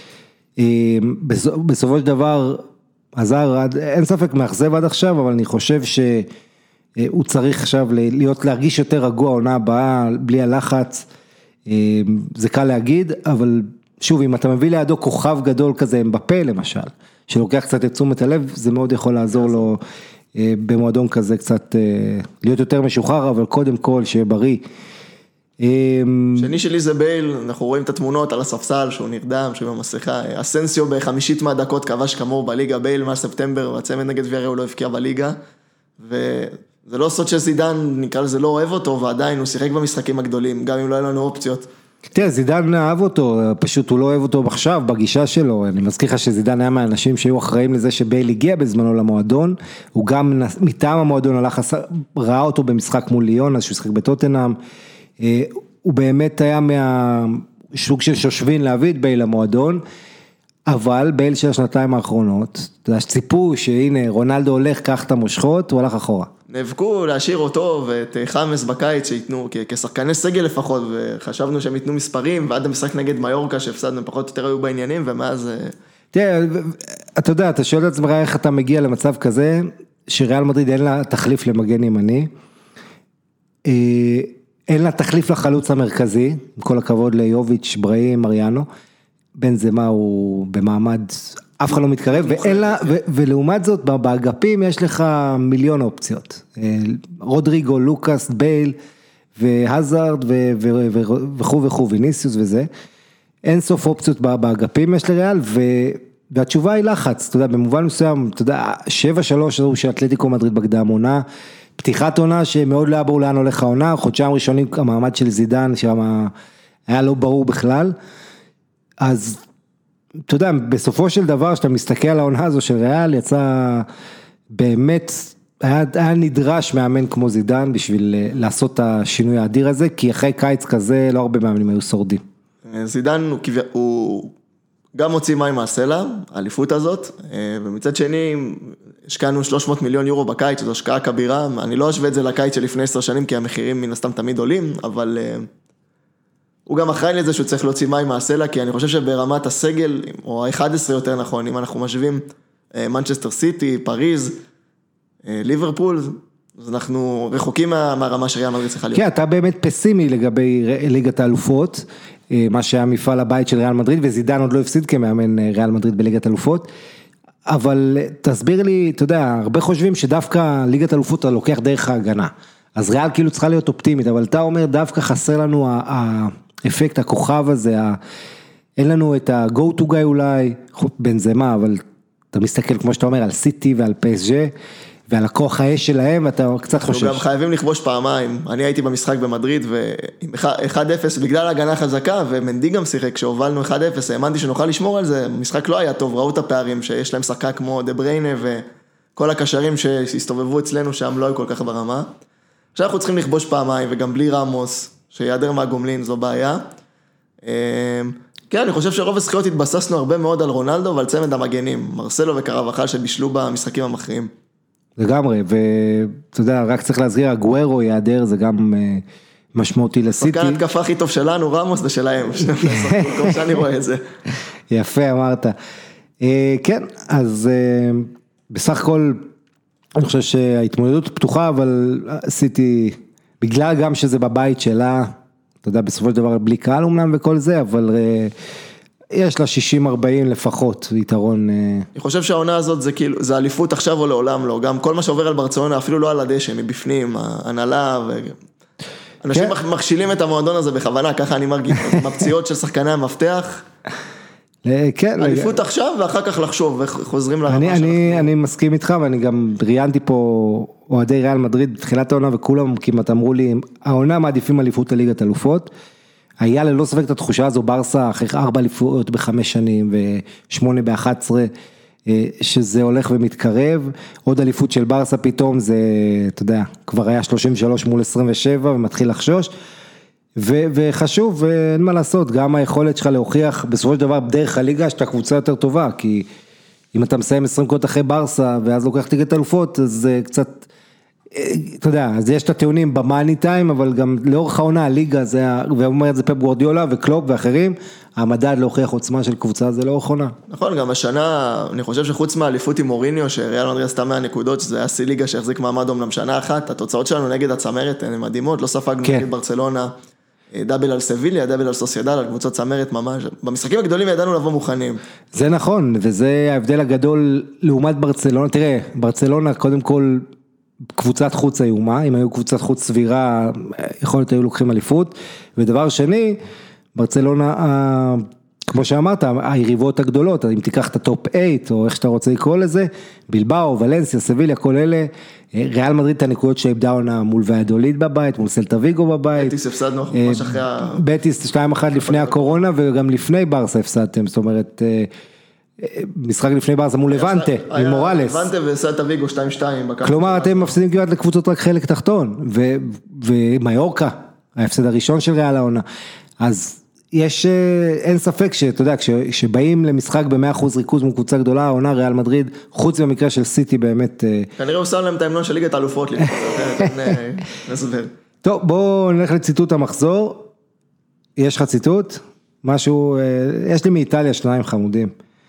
בסופו של דבר, עזר, אין ספק מאכזב עד עכשיו, אבל אני חושב שהוא צריך עכשיו להיות, להרגיש יותר רגוע, עונה הבאה, בלי הלחץ, זה קל להגיד, אבל שוב, אם אתה מביא לידו כוכב גדול כזה, בפה למשל, שלוקח קצת את תשומת הלב, זה מאוד יכול לעזור לו במועדון כזה, קצת להיות יותר משוחרר, אבל קודם כל שיהיה בריא. שני שלי זה בייל, אנחנו רואים את התמונות על הספסל שהוא נרדם, שהוא במסכה, אסנסיו בחמישית מהדקות כבש כמוהו בליגה, בייל מהספטמבר, והצמד נגד ויאריה הוא לא הפקיע בליגה, וזה לא סוד שזידן נקרא לזה לא אוהב אותו, ועדיין הוא שיחק במשחקים הגדולים, גם אם לא היה לנו אופציות. תראה, זידן אהב אותו, פשוט הוא לא אוהב אותו עכשיו, בגישה שלו, אני מזכיר לך שזידן היה מהאנשים שהיו אחראים לזה שבייל הגיע בזמנו למועדון, הוא גם מטעם המועדון הלך, ראה אותו במשחק מול ליון, אז שהוא שחק בטוטנהאם, הוא באמת היה מהשוק של שושבין להביא את בייל למועדון, אבל בייל של השנתיים האחרונות, אתה יודע, שציפו שהנה רונלדו הולך, קח את המושכות, הוא הלך אחורה. נאבקו להשאיר אותו ואת חמאס בקיץ שיתנו, כשחקני סגל לפחות, וחשבנו שהם ייתנו מספרים, ועד המשחק נגד מיורקה שהפסדנו פחות או יותר היו בעניינים, ומאז... תראה, אתה יודע, אתה שואל את עצמך איך אתה מגיע למצב כזה, שריאל מדריד אין לה תחליף למגן ימני, אין לה תחליף לחלוץ המרכזי, עם כל הכבוד ליוביץ', בראים, מריאנו, בנזמה הוא במעמד, אף אחד לא מתקרב, ואין לה, ו, ולעומת זאת, באגפים יש לך מיליון אופציות, רודריגו, לוקאס, בייל, והזארד, וכו' וכו', ויניסיוס וזה, אין סוף אופציות באגפים יש לריאל, ו, והתשובה היא לחץ, אתה יודע, במובן מסוים, אתה יודע, שבע שלוש, זהו של אתלטיקו מדריד בקדם עונה, פתיחת עונה שמאוד לא היה ברור לאן הולך העונה, חודשיים ראשונים המעמד של זידן, שם היה לא ברור בכלל, אז אתה יודע, בסופו של דבר, שאתה מסתכל על העונה הזו של ריאל, יצא באמת, היה, היה נדרש מאמן כמו זידן, בשביל לעשות את השינוי האדיר הזה, כי אחרי קיץ כזה, לא הרבה מאמנים היו שורדים. זידן הוא, הוא גם הוציא מים מהסלע, האליפות הזאת, ומצד שני, השקענו שלוש מאות מיליון יורו בקיץ, זו השקעה כבירה, אני לא אשווה את זה לקיץ של לפני עשר שנים, כי המחירים מן הסתם תמיד עולים, אבל הוא גם אחראי לזה שהוא צריך להוציא מים מהסלע, כי אני חושב שברמת הסגל, או ה-אחד עשר יותר נכון, אם אנחנו משווים מנצ'סטר סיטי, פריז, ליברפול, אז אנחנו רחוקים מה, מהרמה שריאל מדריד צריכה להיות. כן, אתה באמת פסימי לגבי ליגת האלופות, מה שהיה מפעל הבית של ריאל מדריד, וזידן עוד לא הפסיד כמאמן ריאל מדריד בליגת האלופות, אבל תסביר לי, אתה יודע, הרבה חושבים שדווקא ליגת האלופות אתה לוקח דרך ההגנה, אז ריאל כאילו צריכה להיות אופטימית, אבל אתה אומר דווקא חסר לנו האפקט, הכוכב הזה, אין לנו את ה-go to guy אולי, בנזמה, אבל אתה מסתכל כמו שאתה אומר על סיטי ועל פי אס ג'י, ועל הכוח האש שלהם, ואתה קצת חושש. אנחנו גם חייבים לכבוש פעמיים, אני הייתי במשחק במדריד, ועם אחד אפס, בגלל הגנה חזקה, ומנדי גם שיחק, כשהובלנו אחד אפס, האמנתי שנוכל לשמור על זה, המשחק לא היה טוב, ראו את הפערים, שיש להם שחקן כמו דה בריינה, וכל הקשרים שהסתובבו אצלנו, שם לא היו כל כך ברמה. עכשיו אנחנו צריכים לכבוש פעמיים, וגם בלי רמוס, שיעדר מהגומלין, זו בעיה. כן, אני חושב שרוב הזכיות התבססנו הרבה מאוד על רונלדו, ועל צמד המגנים, מרסלו וקרבחל שבישלו במשחקים המכריעים. לגמרי, ואתה יודע, רק צריך להסגיר, הגוארו יעדר, זה גם משמעותי לסיטי. שחקן התקפה הכי טוב שלנו, רמוס זה שלהם, כמו שאני רואה את זה. יפה, אמרת. כן, אז בסך הכל, אני חושב שההתמודדות פתוחה, אבל סיטי, בגלל גם שזה בבית שלה, אתה יודע, בסופו של דבר בלי קהל אומנם וכל זה, אבל יש לה שישים ארבעים לפחות, יתרון. אני חושב שהעונה הזאת זה כאילו, זה אליפות עכשיו או לעולם לא, גם כל מה שעובר על ברצלונה, אפילו לא על הדשא, מבפנים, ההנהלה, ו... אנשים כן. מכשילים את המועדון הזה בכוונה, ככה אני מרגיש, מפציעות של שחקני המפתח, כן, אליפות לג... עכשיו ואחר כך לחשוב, וחוזרים לרמה אני, שאנחנו... אני, אני מסכים איתך, ואני גם ראיינתי פה אוהדי ריאל מדריד בתחילת העונה, וכולם כמעט אמרו לי, העונה מעדיפים אליפות לליגת אלופות, היה ללא ספק את התחושה הזו, ברסה אחרי ארבע אליפויות בחמש שנים, ושמונה באחת עשרה, שזה הולך ומתקרב, עוד אליפות של ברסה פתאום, זה, אתה יודע, כבר היה שלושים ושלוש מול עשרים ושבע, ומתחיל לחשוש, ו- וחשוב, ואין מה לעשות, גם היכולת שלך להוכיח, בסופו של דבר, בדרך הליגה, שאתה קבוצה יותר טובה, כי אם אתה מסיים עשרים דקות אחרי ברסה, ואז לוקח ליגת אלופות, אז זה קצת, אתה יודע, אז יש את הטיעונים במאני טיים, אבל גם לאורך העונה, הליגה, זה, ואומר את זה פפ גוארדיולה, וקלופ ואחרים, המדד להוכיח עוצמה של קבוצה, זה לאורך עונה. נכון, גם השנה, אני חושב שחוץ מהאליפות עם מוריניו, שריאל מדריד עשתה מאה נקודות, שזה היה סי ליגה שהחזיק מעמד אומנם שנה אחת, התוצאות שלנו נגד הצמרת הן מדהימות, לא ספגנו כן. נגד ברצלונה, דאבל על סביליה, דאבל על סוסיידד, על קבוצות צמרת ממש, במשחקים הגדולים ידענו לבוא מוכנים. זה נכון, וזה ההבדל הגדול לעומת ברצלונה, תראה, ברצלונה קודם כל קבוצת חוץ איומה, אם היו קבוצת חוץ סבירה, יכול להיות היו לוקחים אליפות, ודבר שני, ברצלונה, כמו שאמרת, היריבות הגדולות, אם תיקח את הטופ שמונה, או איך שאתה רוצה לקרוא לזה, בלבאו, ולנסיה, סביליה, כל אלה, ריאל מדריד את הנקודות שאיבדה עונה מול ואדוליד בבית, מול סלטה ויגו בבית. בטיס הפסדנו ממש אחרי ה... בטיס שתיים אחת לפני הקורונה, וגם לפני ברסה הפסדתם, זאת אומרת, משחק לפני ברסה מול לבנטה, עם מורלס. לבנטה וסלטה ויגו שתיים שתיים. כלומר, אתם מפסידים כמעט לקבוצות רק חלק תחתון, ומיורקה, ההפסד הראשון של ריאל העונה. אז יש, אין ספק שאתה יודע, כשבאים למשחק ב-מאה אחוז ריכוז מול קבוצה גדולה, העונה ריאל מדריד, חוץ במקרה של סיטי באמת... כנראה הוא שם להם את ההמנון של ליגת האלופות, נסבר. טוב, בואו נלך לציטוט המחזור. יש לך ציטוט? משהו, יש לי מאיטליה שניים חמודים.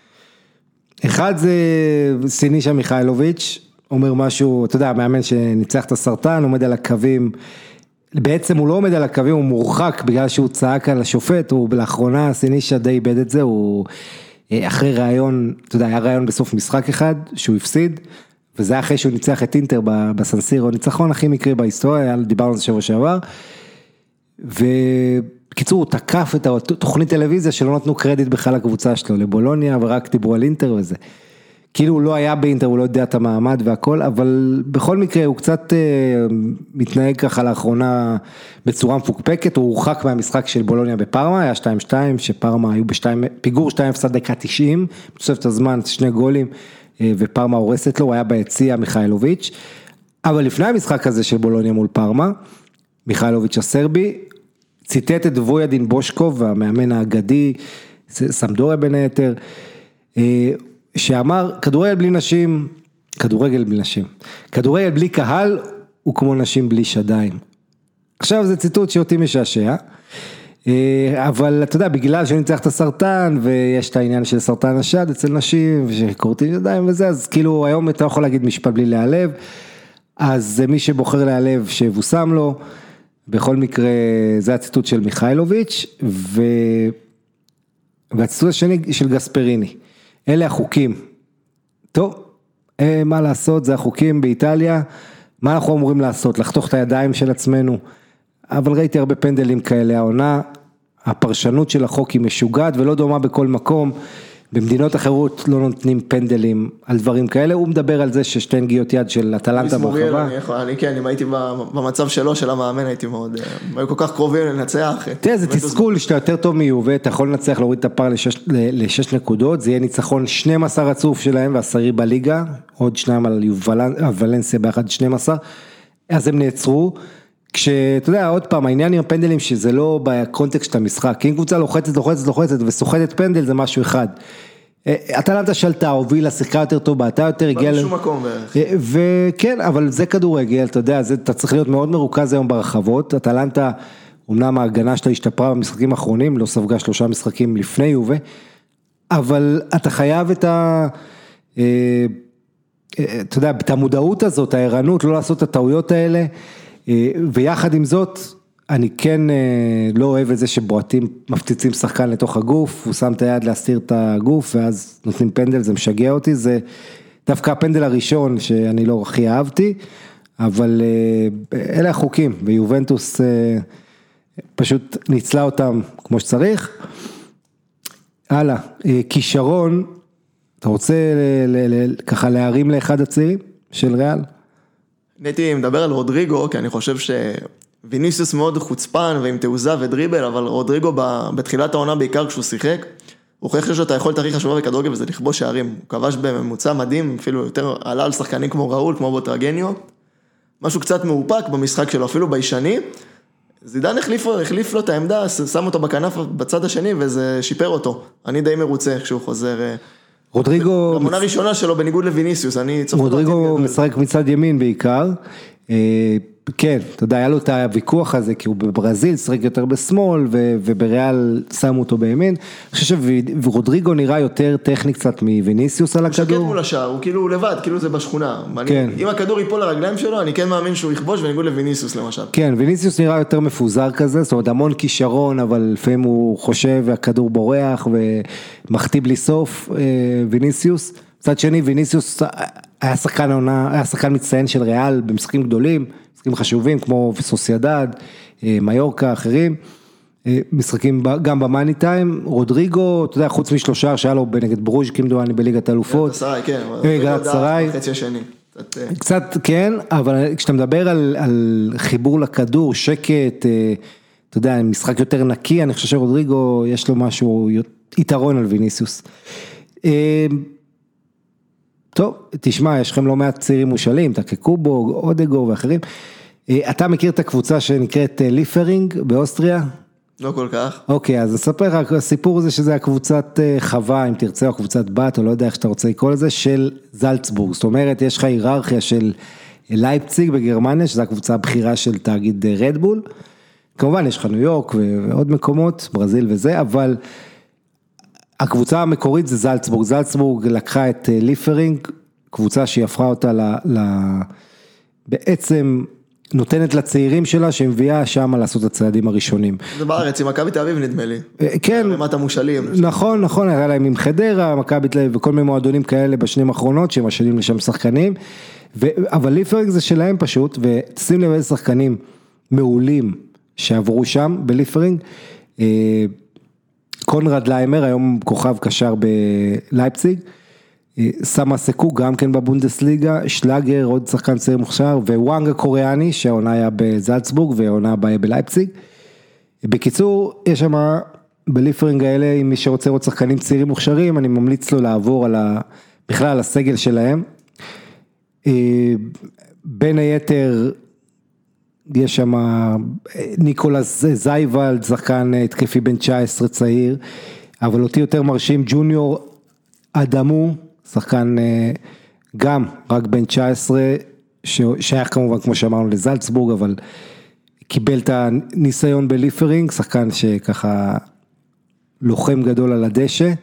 אחד זה סינישה מיכאילוביץ', אומר משהו, אתה יודע, מאמן שניצח את הסרטן, עומד על הקווים, בעצם הוא לא עומד על הקווים, הוא מורחק בגלל שהוא צעק על השופט, הוא לאחרונה, סינישה די איבד את זה, הוא אחרי רעיון, אתה יודע, היה רעיון בסוף משחק אחד, שהוא הפסיד, וזה אחרי שהוא ניצח את אינטר בסנסירו, ניצחון הכי מקרי בהיסטוריה, דיברנו על זה שבוע שעבר, ובקיצור הוא תקף את התוכנית טלוויזיה, שלא נתנו קרדיט בכלל לקבוצה שלו, לבולוניה, ורק דיברו על אינטר וזה. כאילו הוא לא היה באינטר, הוא לא יודע את המעמד והכל, אבל בכל מקרה הוא קצת אה, מתנהג ככה לאחרונה בצורה מפוקפקת, הוא הורחק מהמשחק של בולוניה בפרמה, היה שתיים שתיים, שפרמה היו בשתיים, פיגור שתיים הפסד דקה תשעים, בסוף הזמן שני גולים, אה, ופרמה הורסת לו, הוא היה ביציע מיכאילוביץ', אבל לפני המשחק הזה של בולוניה מול פרמה, מיכאילוביץ' הסרבי, ציטט את וויאדין בושקוב, המאמן האגדי, סמדוריה בין היתר, אה, שאמר, כדורגל בלי נשים, כדורגל בלי נשים, כדורגל בלי קהל, הוא כמו נשים בלי שדיים. עכשיו זה ציטוט שאותי משעשע, אבל אתה יודע, בגלל שניצח את הסרטן, ויש את העניין של סרטן השד אצל נשים, ושקורטים שדיים וזה, אז כאילו היום אתה יכול להגיד משפט בלי להיעלב, אז מי שבוחר להיעלב שיבוסם לו, בכל מקרה זה הציטוט של מיכאילוביץ', ו... והציטוט השני של גספריני. אלה החוקים. טוב, מה לעשות, זה החוקים באיטליה, מה אנחנו אמורים לעשות? לחתוך את הידיים של עצמנו, אבל ראיתי הרבה פנדלים כאלה, העונה, הפרשנות של החוק היא משוגעת ולא דומה בכל מקום, במדינות אחרות לא נותנים פנדלים על דברים כאלה, הוא מדבר על זה ששתי נגיעות יד של אטלנטה ברחבה. אני כן, אם הייתי במצב שלו, של המאמן, הייתי מאוד, היו כל כך קרובים לנצח. תראה, זה תסכול שאתה יותר טוב מיובה, אתה יכול לנצח להוריד את הפער לשש נקודות, זה יהיה ניצחון שנים עשר רצוף שלהם, והעשירי בליגה, עוד שניים על ולנסיה באחד שנים עשר, אז הם נעצרו, כשאתה יודע, עוד פעם, העניין עם הפנדלים שזה לא בקונטקסט של המשחק, כי אם קבוצה לוחצת, לוחצת, לוחצת וסוחטת פנדל זה משהו אחד. אטלנטה שלטה, הובילה, שיחקה יותר טוב, בעטה יותר, הגיעה... בשום מקום בערך. וכן, אבל זה כדורגל, אתה יודע, זה, אתה צריך להיות מאוד מרוכז היום ברחבות, אטלנטה, אמנם ההגנה שלה השתפרה במשחקים האחרונים, לא ספגה שלושה משחקים לפני יובה, אבל אתה חייב את ה... אתה יודע, את המודעות הזאת, הערנות, לא לעשות את הטעויות האלה, ויחד עם זאת, אני כן לא אוהב את זה שבועטים, מפציצים שחקן לתוך הגוף, הוא שם את היד להסתיר את הגוף, ואז נותנים פנדל, זה משגע אותי, זה דווקא הפנדל הראשון שאני לא הכי אהבתי, אבל אלה החוקים, ויובנטוס פשוט ניצלה אותם כמו שצריך. הלאה, כישרון, אתה רוצה ככה להרים לאחד הצעירים של ריאל? הייתי מדבר על רודריגו, כי אני חושב שוויניסיוס מאוד חוצפן ועם תעוזה ודריבל, אבל רודריגו בתחילת העונה בעיקר כשהוא שיחק, הוא הוכיח שיש לו את היכולת הכי חשובה בכדורגל וזה לכבוש שערים, הוא כבש בממוצע מדהים, אפילו יותר עלה על שחקנים כמו ראול, כמו בוטרגניו, משהו קצת מאופק במשחק שלו, אפילו בישני, זידן החליף, החליף לו את העמדה, שם אותו בכנף בצד השני וזה שיפר אותו, אני די מרוצה כשהוא חוזר... רודריגו... המונה הראשונה שלו בניגוד לויניסיוס, אני צוחק... רודריגו משחק מצד ימין בעיקר, כן, אתה יודע, היה לו את הוויכוח הזה, כי הוא בברזיל שחק יותר בשמאל, ובריאל שמו אותו בימין, אני חושב שרודריגו נראה יותר טכני קצת מויניסיוס על הכדור. הוא שקט מול השער, הוא כאילו לבד, כאילו זה בשכונה, אם הכדור ייפול לרגליים שלו, אני כן מאמין שהוא יכבוש בניגוד לויניסיוס למשל. כן, ויניסיוס נראה יותר מפוזר כזה, זאת אומרת המון כישרון, אבל לפעמים הוא חושב והכדור בורח ומחטיא בלי סוף, ויניסיוס, מצד שני ויניסיוס היה שחקן עונה, היה שחקן מצטיין של ריאל במשחקים גדולים, משחקים חשובים כמו סוסיידד, מיורקה, אחרים, משחקים גם במאני טיים, רודריגו, אתה יודע, חוץ משלושה שהיה לו בנגד ברוז' כמדומני בליגת האלופות, גלאטסראי, כן, גלאטסראי, בחצי השני. קצת כן, אבל כשאתה מדבר על, על חיבור לכדור, שקט, אתה יודע, משחק יותר נקי, אני חושב שרודריגו יש לו משהו יתרון על ויניסיוס. טוב, תשמע, יש לכם לא מעט צעירים מושאלים, טקקובו, אודגו ואחרים. אתה מכיר את הקבוצה שנקראת ליפרינג באוסטריה? לא כל כך. אוקיי, אז אספר לך, הסיפור הזה שזה הקבוצת חווה, אם תרצה, או קבוצת בת, או לא יודע איך שאתה רוצה לקרוא לזה, של זלצבורג. זאת אומרת, יש לך היררכיה של לייפציג בגרמניה, שזו הקבוצה הבכירה של תאגיד רדבול. כמובן, יש לך ניו יורק ועוד מקומות, ברזיל וזה, אבל... הקבוצה המקורית זה זלצבורג, זלצבורג לקחה את ליפרינג, קבוצה שהיא הפכה אותה ל... ל... בעצם נותנת לצעירים שלה, שהמביאה שם לעשות את הצעדים הראשונים. זה בארץ, עם מכבי תל אביב נדמה לי. כן. רמת המושאלים. נכון, נכון, היה להם עם חדרה, מכבי תל אביב וכל מיני מועדונים כאלה בשנים האחרונות, שהם משאלים לשם שחקנים, ו... אבל ליפרינג זה שלהם פשוט, ותשים לב איזה שחקנים מעולים שעברו שם בליפרינג, קונרד ליימר, היום כוכב קשר בלייפציג, סמה סקו גם כן בבונדסליגה, שלאגר, עוד שחקן צעיר מוכשר, ווואנג הקוריאני, שהעונה היה בזלצבורג, והעונה הבאה בלייפציג. בקיצור, יש שם בליפרינג האלה, אם מי שרוצה עוד שחקנים צעירים מוכשרים, אני ממליץ לו לעבור על ה, בכלל על הסגל שלהם. בין היתר, יש שם ניקולס זייבלד, שחקן התקפי בן תשע עשרה צעיר, אבל אותי יותר מרשים ג'וניור אדמו, שחקן גם רק בן תשע עשרה, שייך כמובן כמו שאמרנו לזלצבורג, אבל קיבל את הניסיון בליפרינג, שחקן שככה לוחם גדול על הדשא,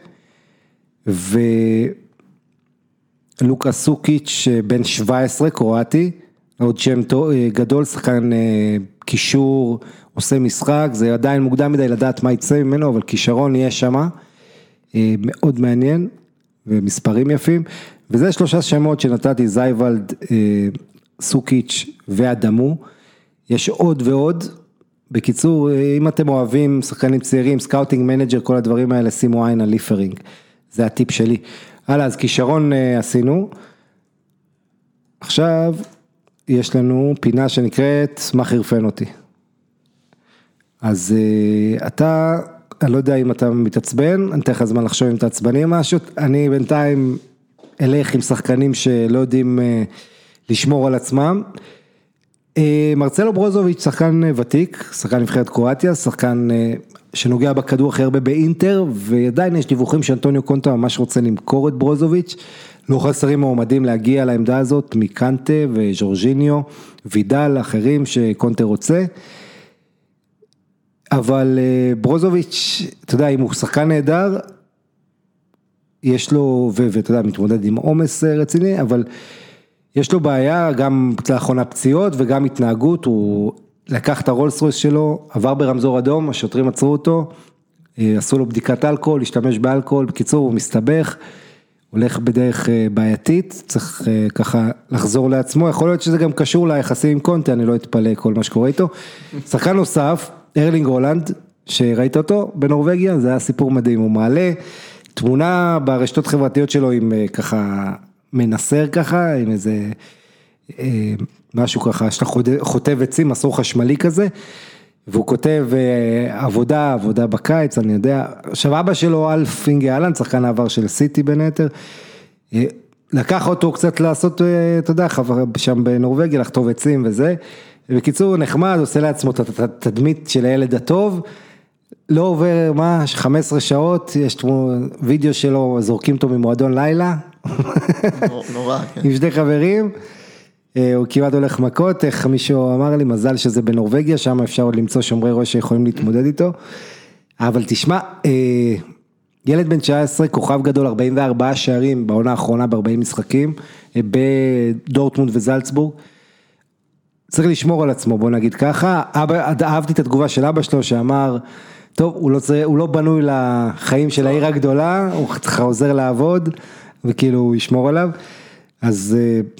ולוקה סוקיץ' בן שבע עשרה, קרואטי, עוד שם גדול, שחקן קישור, עושה משחק, זה עדיין מוקדם מדי לדעת מה יצא ממנו, אבל כישרון יהיה שם, מאוד מעניין, ומספרים יפים, וזה שלושה שמות שנתתי, זייבלד, סוקיץ' ואדמו, יש עוד ועוד, בקיצור, אם אתם אוהבים שחקנים צעירים, סקאוטינג מנג'ר, כל הדברים האלה, שימו עין על ליפרינג, זה הטיפ שלי. הלאה, אז כישרון עשינו, עכשיו יש לנו פינה שנקראת מה חירפן אותי. אז אתה, אני לא יודע אם אתה מתעצבן, אני אתן לך זמן לחשוב אם אתה עצבני משהו, אני בינתיים אלך עם שחקנים שלא יודעים לשמור על עצמם. מרצלו ברוזוביץ' שחקן ותיק, שחקן נבחרת קרואטיה, שחקן שנוגע בכדור הכי הרבה באינטר, ועדיין יש דיווחים שאנטוניו קונטה ממש רוצה למכור את ברוזוביץ', לא חסרים מועמדים להגיע לעמדה הזאת, מקנטה וז'ורג'יניו, וידל, אחרים שקונטה רוצה, אבל ברוזוביץ', אתה יודע, אם הוא שחקן נהדר, יש לו, ואתה יודע, מתמודד עם עומס רציני, אבל יש לו בעיה, גם לאחרונה פציעות וגם התנהגות, הוא לקח את הרולס רויס שלו, עבר ברמזור אדום, השוטרים עצרו אותו, עשו לו בדיקת אלכוהול, השתמש באלכוהול, בקיצור הוא מסתבך, הולך בדרך בעייתית, צריך ככה לחזור לעצמו, יכול להיות שזה גם קשור ליחסים עם קונטה, אני לא אתפלא כל מה שקורה איתו. שחקן נוסף, ארלינג הולנד, שראית אותו בנורווגיה, זה היה סיפור מדהים, הוא מעלה תמונה ברשתות חברתיות שלו עם ככה מנסר ככה, עם איזה משהו ככה, שאתה חוטב עצים, מסור חשמלי כזה, והוא כותב עבודה, עבודה בקיץ, אני יודע, עכשיו אבא שלו, אלף פינגי אלן, שחקן העבר של סיטי בין היתר, לקח אותו קצת לעשות, אתה יודע, שם בנורווגיה, לכתוב עצים וזה, ובקיצור נחמד, עושה לעצמו את התדמית של הילד הטוב, לא עובר מה, חמש עשרה שעות, יש וידאו שלו, זורקים אותו ממועדון לילה, נורא, כן. עם שני חברים, הוא כמעט הולך מכות, איך מישהו אמר לי, מזל שזה בנורווגיה, שם אפשר עוד למצוא שומרי ראש שיכולים להתמודד איתו, אבל תשמע, ילד בן תשע עשרה, כוכב גדול, ארבעים וארבעה שערים, בעונה האחרונה ב-ארבעים משחקים, בדורטמונד וזלצבורג, צריך לשמור על עצמו, בוא נגיד ככה, אבא, אהבתי את התגובה של אבא שלו, שאמר, טוב, הוא לא, הוא לא בנוי לחיים של העיר הגדולה, הוא חוזר לעבוד, וכאילו הוא ישמור עליו, אז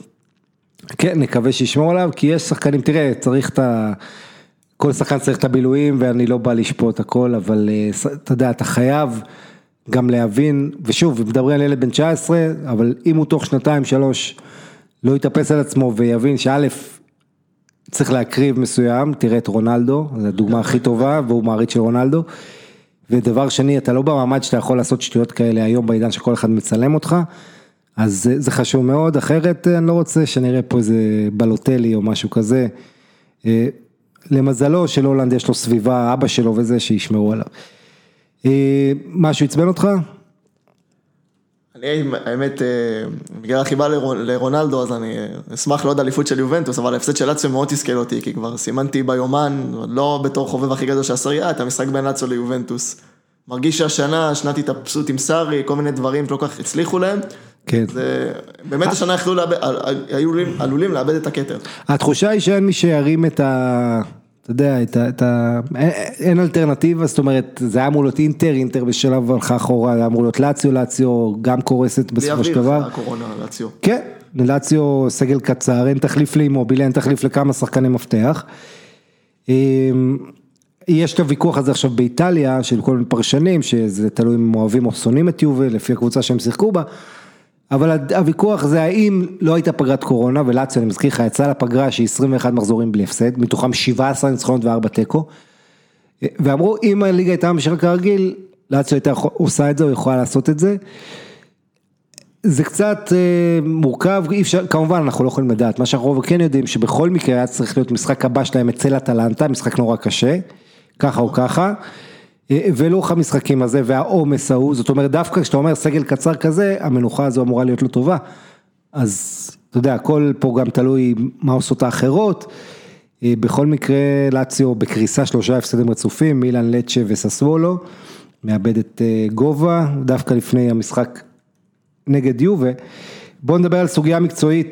כן, נקווה שישמור עליו, כי יש שחקנים, תראה, צריך את ה... כל שחקן צריך את הבילויים, ואני לא בא לשפוט הכל, אבל אתה יודע, אתה חייב גם להבין, ושוב, מדברים על ילד בן תשע עשרה, אבל אם הוא תוך שנתיים, שלוש, לא יתאפס על עצמו, ויבין שא' צריך להקריב מסוים, תראה את רונלדו, זו הדוגמה הכי טובה, והוא מעריץ של רונלדו, ודבר שני, אתה לא במעמד שאתה יכול לעשות שטויות כאלה היום, בעידן שכל אחד מצלם אותך, אז זה, זה חשוב מאוד, אחרת אני לא רוצה שנראה פה איזה בלוטלי או משהו כזה, למזלו של הולנד יש לו סביבה, אבא שלו וזה שישמרו עליו. משהו עצבן אותך? אני, האמת, בגלל החיבה לרונלדו, אז אני אשמח לעוד אליפות של יובנטוס, אבל ההפסד של לאציו מאוד תסכל אותי, כי כבר סימנתי ביומן, לא בתור חובב הכי גדול שהסריה, את המשחק בין לאציו ליובנטוס. מרגיש שהשנה, שנת התאפסות עם סארי, כל מיני דברים שלא כך הצליחו להם, כן. זה, באמת השנה יכלו לאבד, היו עלולים לאבד את הכתר. התחושה היא שאין מי שירים את ה... אתה יודע, את ה, את ה, אין אלטרנטיבה, זאת אומרת, זה היה אמור להיות אינטר, אינטר בשלב הלכה אחורה, זה היה אמור להיות לאציו, לאציו גם קורסת בסופו של דבר. בלי אוויר הקורונה, לאציו. כן, לאציו סגל קצר, אין תחליף לאימוביל, אין תחליף לכמה שחקני מפתח. יש את הוויכוח הזה עכשיו באיטליה, של כל מיני פרשנים, שזה תלוי אם אוהבים או שונאים את יובל, לפי הקבוצה שהם שיחקו בה, אבל הוויכוח זה האם לא הייתה פגרת קורונה, ולאציו, אני מזכיר לך, יצאה לפגרה שהיא עשרים ואחד מחזורים בלי הפסד, מתוכם שבע עשרה ניצחונות וארבע תיקו, ואמרו, אם הליגה הייתה ממשיכה כרגיל, לאציו הייתה עושה את זה, או יכולה לעשות את זה, זה קצת מורכב, אי אפשר, כמובן אנחנו לא יכולים לדעת, מה שאנחנו כן יודעים, שבכל מקרה היה צריך להיות משחק הבא שלהם אצל אטלנטה, משחק נורא קשה, ככה או ככה, ולוח המשחקים הזה והעומס ההוא, זאת אומרת דווקא כשאתה אומר סגל קצר כזה, המנוחה הזו אמורה להיות לא טובה, אז אתה יודע, הכל פה גם תלוי מה עושות האחרות, בכל מקרה לאציו בקריסה שלושה הפסדים רצופים, מילאן, לצ'ה וססוולו, מאבד את גובה, דווקא לפני המשחק נגד יובה. בואו נדבר על סוגיה מקצועית,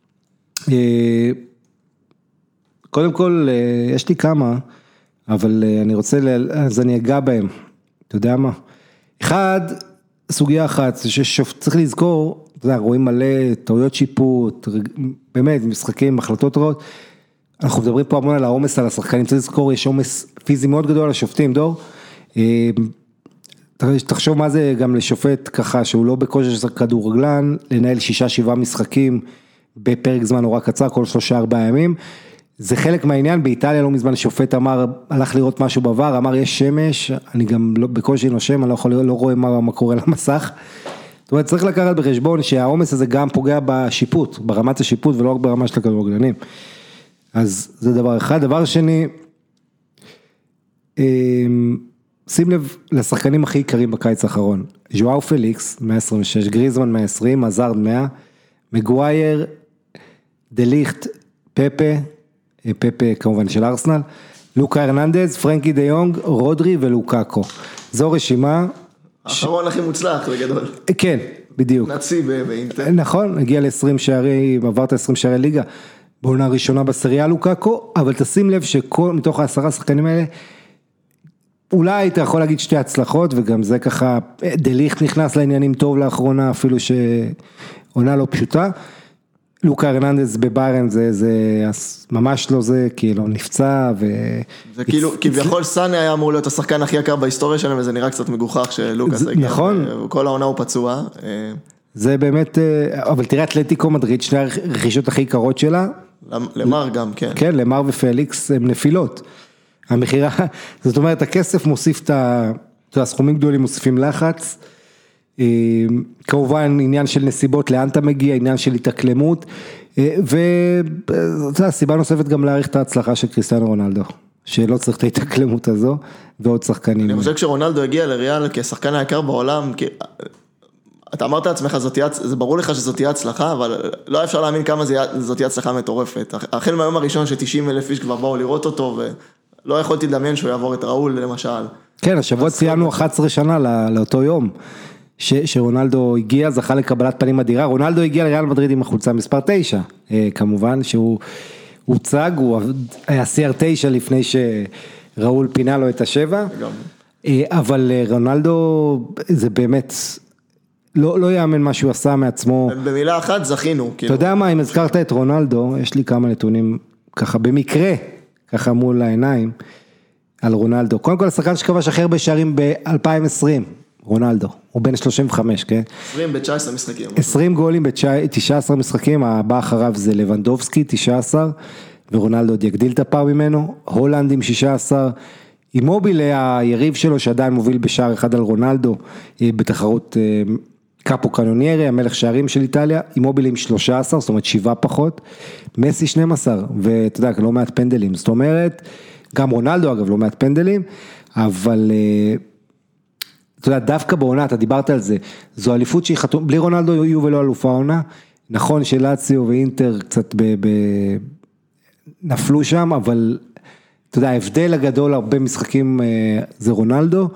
קודם כל יש לי כמה, אבל אני רוצה, אז אני אגע בהם, אתה יודע מה? אחד, סוגיה אחת, שצריך לזכור, אתה יודע, רואים מלא טעויות שיפוט, באמת, משחקים, החלטות רעות, אנחנו מדברים פה המון על העומס על השחקנים, צריך לזכור, יש עומס פיזי מאוד גדול על השופטים, דור, תחשוב מה זה גם לשופט ככה, שהוא לא בכושר של כדורגלן, לנהל שישה שבעה משחקים בפרק זמן נורא קצר, כל שלושה ארבעה ימים, זה חלק מהעניין. באיטליה לא מזמן שופט אמר, הלך לראות משהו בעבר, אמר יש שמש, אני גם לא, בקושי נושם, אני לא, יכול, לא רואה מה, מה קורה למסך. זאת אומרת, צריך לקחת בחשבון שהעומס הזה גם פוגע בשיפוט, ברמת השיפוט ולא רק ברמה של הכדורגלנים. אז זה דבר אחד. דבר שני, שים לב לשחקנים הכי יקרים בקיץ האחרון, ז'ואאו פליקס, מאה עשרים ושש, גריזמן מאה ועשרים, הזארד מאה, מגווייר, דליכט, פפה, פפה כמובן של ארסנל, לוקה הרננדז, פרנקי דה יונג, רודרי ולוקאקו. זו רשימה. האחרון הכי מוצלח בגדול. כן, בדיוק. נצי באינטר. נכון, הגיע ל-עשרים שערי, עברת עשרים שערי ליגה, בעונה ראשונה בסריה לוקאקו, אבל תשים לב שכל, מתוך העשרה שחקנים האלה, אולי אתה יכול להגיד שתי הצלחות, וגם זה ככה, דליכט נכנס לעניינים טוב לאחרונה, אפילו שעונה לא פשוטה, לוקה הרננדז בביירן זה, זה ממש לא זה, כאילו נפצע ו... זה כאילו, כביכול סאנה היה אמור להיות השחקן הכי יקר בהיסטוריה שלהם, וזה נראה קצת מגוחך שלוקה זה... נכון. כל העונה הוא פצוע. זה באמת, אבל תראה אתלטיקו מדריד, שני הרכישות הכי יקרות שלה. למר גם, כן. כן, למר ופליקס הם נפילות. המחירה, זאת אומרת, הכסף מוסיף את ה... הסכומים גדולים מוסיפים לחץ, כמובן עניין של נסיבות, לאן אתה מגיע, עניין של התאקלמות, וסיבה נוספת גם להעריך את ההצלחה של קריסטיאנו רונלדו, שלא צריך את ההתאקלמות הזו, ועוד שחקנים. אני חושב כשרונלדו הגיע לריאל כשחקן היקר בעולם, אתה אמרת לעצמך, זה ברור לך שזאת תהיה הצלחה, אבל לא אפשר להאמין כמה זאת תהיה הצלחה מטורפת. החל מהיום הראשון ש-תשעים אלף איש כבר באו לראות אותו, ולא יכולתי לדמיין שהוא יעבור את ראול למשל. כן, השבוע ציינו אחת עשרה שנה לאותו יום. ש, שרונלדו הגיע, זכה לקבלת פנים אדירה, רונלדו הגיע לריאל מדריד עם החולצה מספר תשע, כמובן שהוא הוצג, הוא היה סי אר תשע לפני שראול פינה לו את השבע, אבל רונלדו זה באמת, לא, לא יאמן מה שהוא עשה מעצמו. במילה אחת זכינו. אתה יודע מה, אם הזכרת את רונלדו, יש לי כמה נתונים ככה במקרה, ככה מול העיניים, על רונלדו. קודם כל השחקן שכבש הכי הרבה שערים ב-אלפיים ועשרים, רונלדו, הוא בן שלושים וחמש, כן? עשרים ב-תשע עשרה משחקים. עשרים גולים ב-תשע עשרה משחקים, הבא אחריו זה לבנדובסקי, תשע עשרה, ורונלדו עוד יגדיל את הפער ממנו, הולנד עם שישה עשר, אימובילה, היריב שלו שעדיין מוביל בשער אחד על רונלדו, בתחרות קאפו קנוניירי, המלך שערים של איטליה, אימובילה עם שלושה עשר, זאת אומרת שבעה פחות, מסי שנים עשר, ואתה יודע, לא מעט פנדלים, זאת אומרת, גם רונלדו אגב לא מעט פנדלים, אבל אתה יודע, דווקא בעונה, אתה דיברת על זה, זו אליפות שהיא חתום, בלי רונלדו יהיו ולא אלופה העונה, נכון שלאציו ואינטר קצת ב, ב, נפלו שם, אבל אתה יודע, ההבדל הגדול, הרבה משחקים זה רונלדו,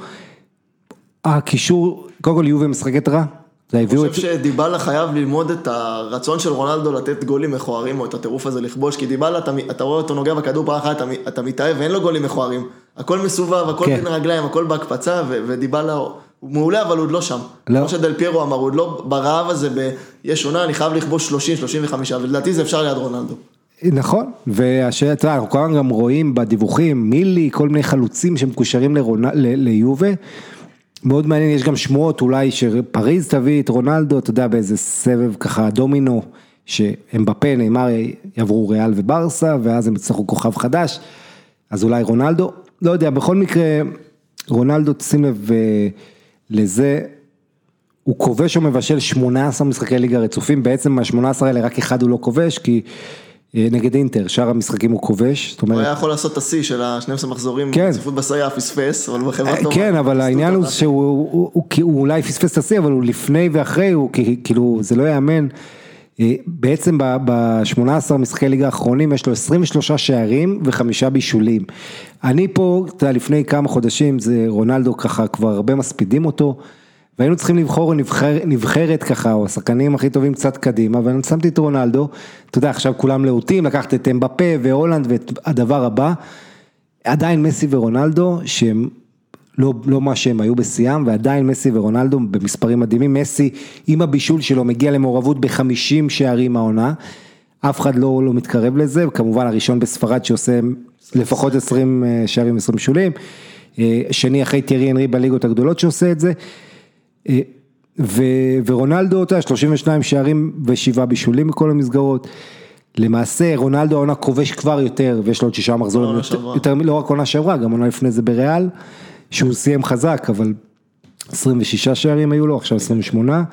הקישור, קודם כל יובה משחקת רע, אני חושב שדיבלה חייב ללמוד את הרצון של רונלדו לתת גולים מכוערים, או את הטירוף הזה לכבוש, כי דיבלה, אתה, אתה רואה אותו נוגע בכדור פעם אחת, אתה, אתה מתאהב ואין לו גולים מכוערים, הכל מסובב, הכל בין רגליים, הכל בהקפצה, ודיבלה הוא מעולה, אבל הוא עוד לא שם. כמו שדל פיירו אמר, הוא עוד לא ברעב הזה, יש עונה, אני חייב לכבוש שלושים שלושים וחמש, ולדעתי זה אפשר ליד רונלדו. נכון, ואתה, אנחנו כמובן גם רואים בדיווחים, מילי, כל מיני חלוצים שמקושרים ליובה, מאוד מעניין, יש גם שמועות אולי שפריז תביא את רונלדו, אתה יודע, באיזה סבב ככה דומינו, שהם בפה, נאמר, יעברו ריאל וברסה, ואז הם יצטרכו כוכב חדש, אז אולי רונלדו, לא יודע, בכל מקרה, רונלדו, תשים לב לזה, הוא כובש או מבשל שמונה עשרה משחקי ליגה רצופים, בעצם מה-שמונה עשרה האלה רק אחד הוא לא כובש, כי נגד אינטר, שאר המשחקים הוא כובש. הוא היה יכול לעשות את השיא של ה-שנים עשר מחזורים, רציפות בסריה, פספס, אבל בחברה טובה. כן, אבל העניין הוא שהוא אולי פספס את השיא, אבל הוא לפני ואחרי, כאילו זה לא יאמן, בעצם ב-שמונה עשרה משחקי ליגה האחרונים, יש לו עשרים ושלושה שערים וחמישה בישולים. אני פה, אתה יודע, לפני כמה חודשים, זה רונלדו ככה, כבר הרבה מספידים אותו, והיינו צריכים לבחור נבחר, נבחרת ככה, או השחקנים הכי טובים קצת קדימה, ואני שמתי את רונלדו, אתה יודע, עכשיו כולם להוטים, לקחת את אמבפה והולנד, והדבר הבא, עדיין מסי ורונלדו, שהם לא, לא מה שהם היו בשיאם, ועדיין מסי ורונלדו במספרים מדהימים, מסי עם הבישול שלו מגיע למעורבות ב-חמישים שערים העונה, אף אחד לא, לא מתקרב לזה, וכמובן הראשון בספרד שעושה לפחות עשרים שערים, עשרים בישולים, שני אחרי טיירי אנרי בליגות הגדולות שעושה את זה, ו- ורונלדו אותה, שלושים ושניים שערים ושבעה בישולים בכל המסגרות, למעשה רונלדו העונה כובש כבר יותר, ויש לו עוד שישה מחזורים, יותר, יותר, לא רק עונה שעברה, גם עונה לפני זה בריאל, שהוא סיים חזק, אבל עשרים ושישה שערים היו לו, עכשיו עשרים ושמונה,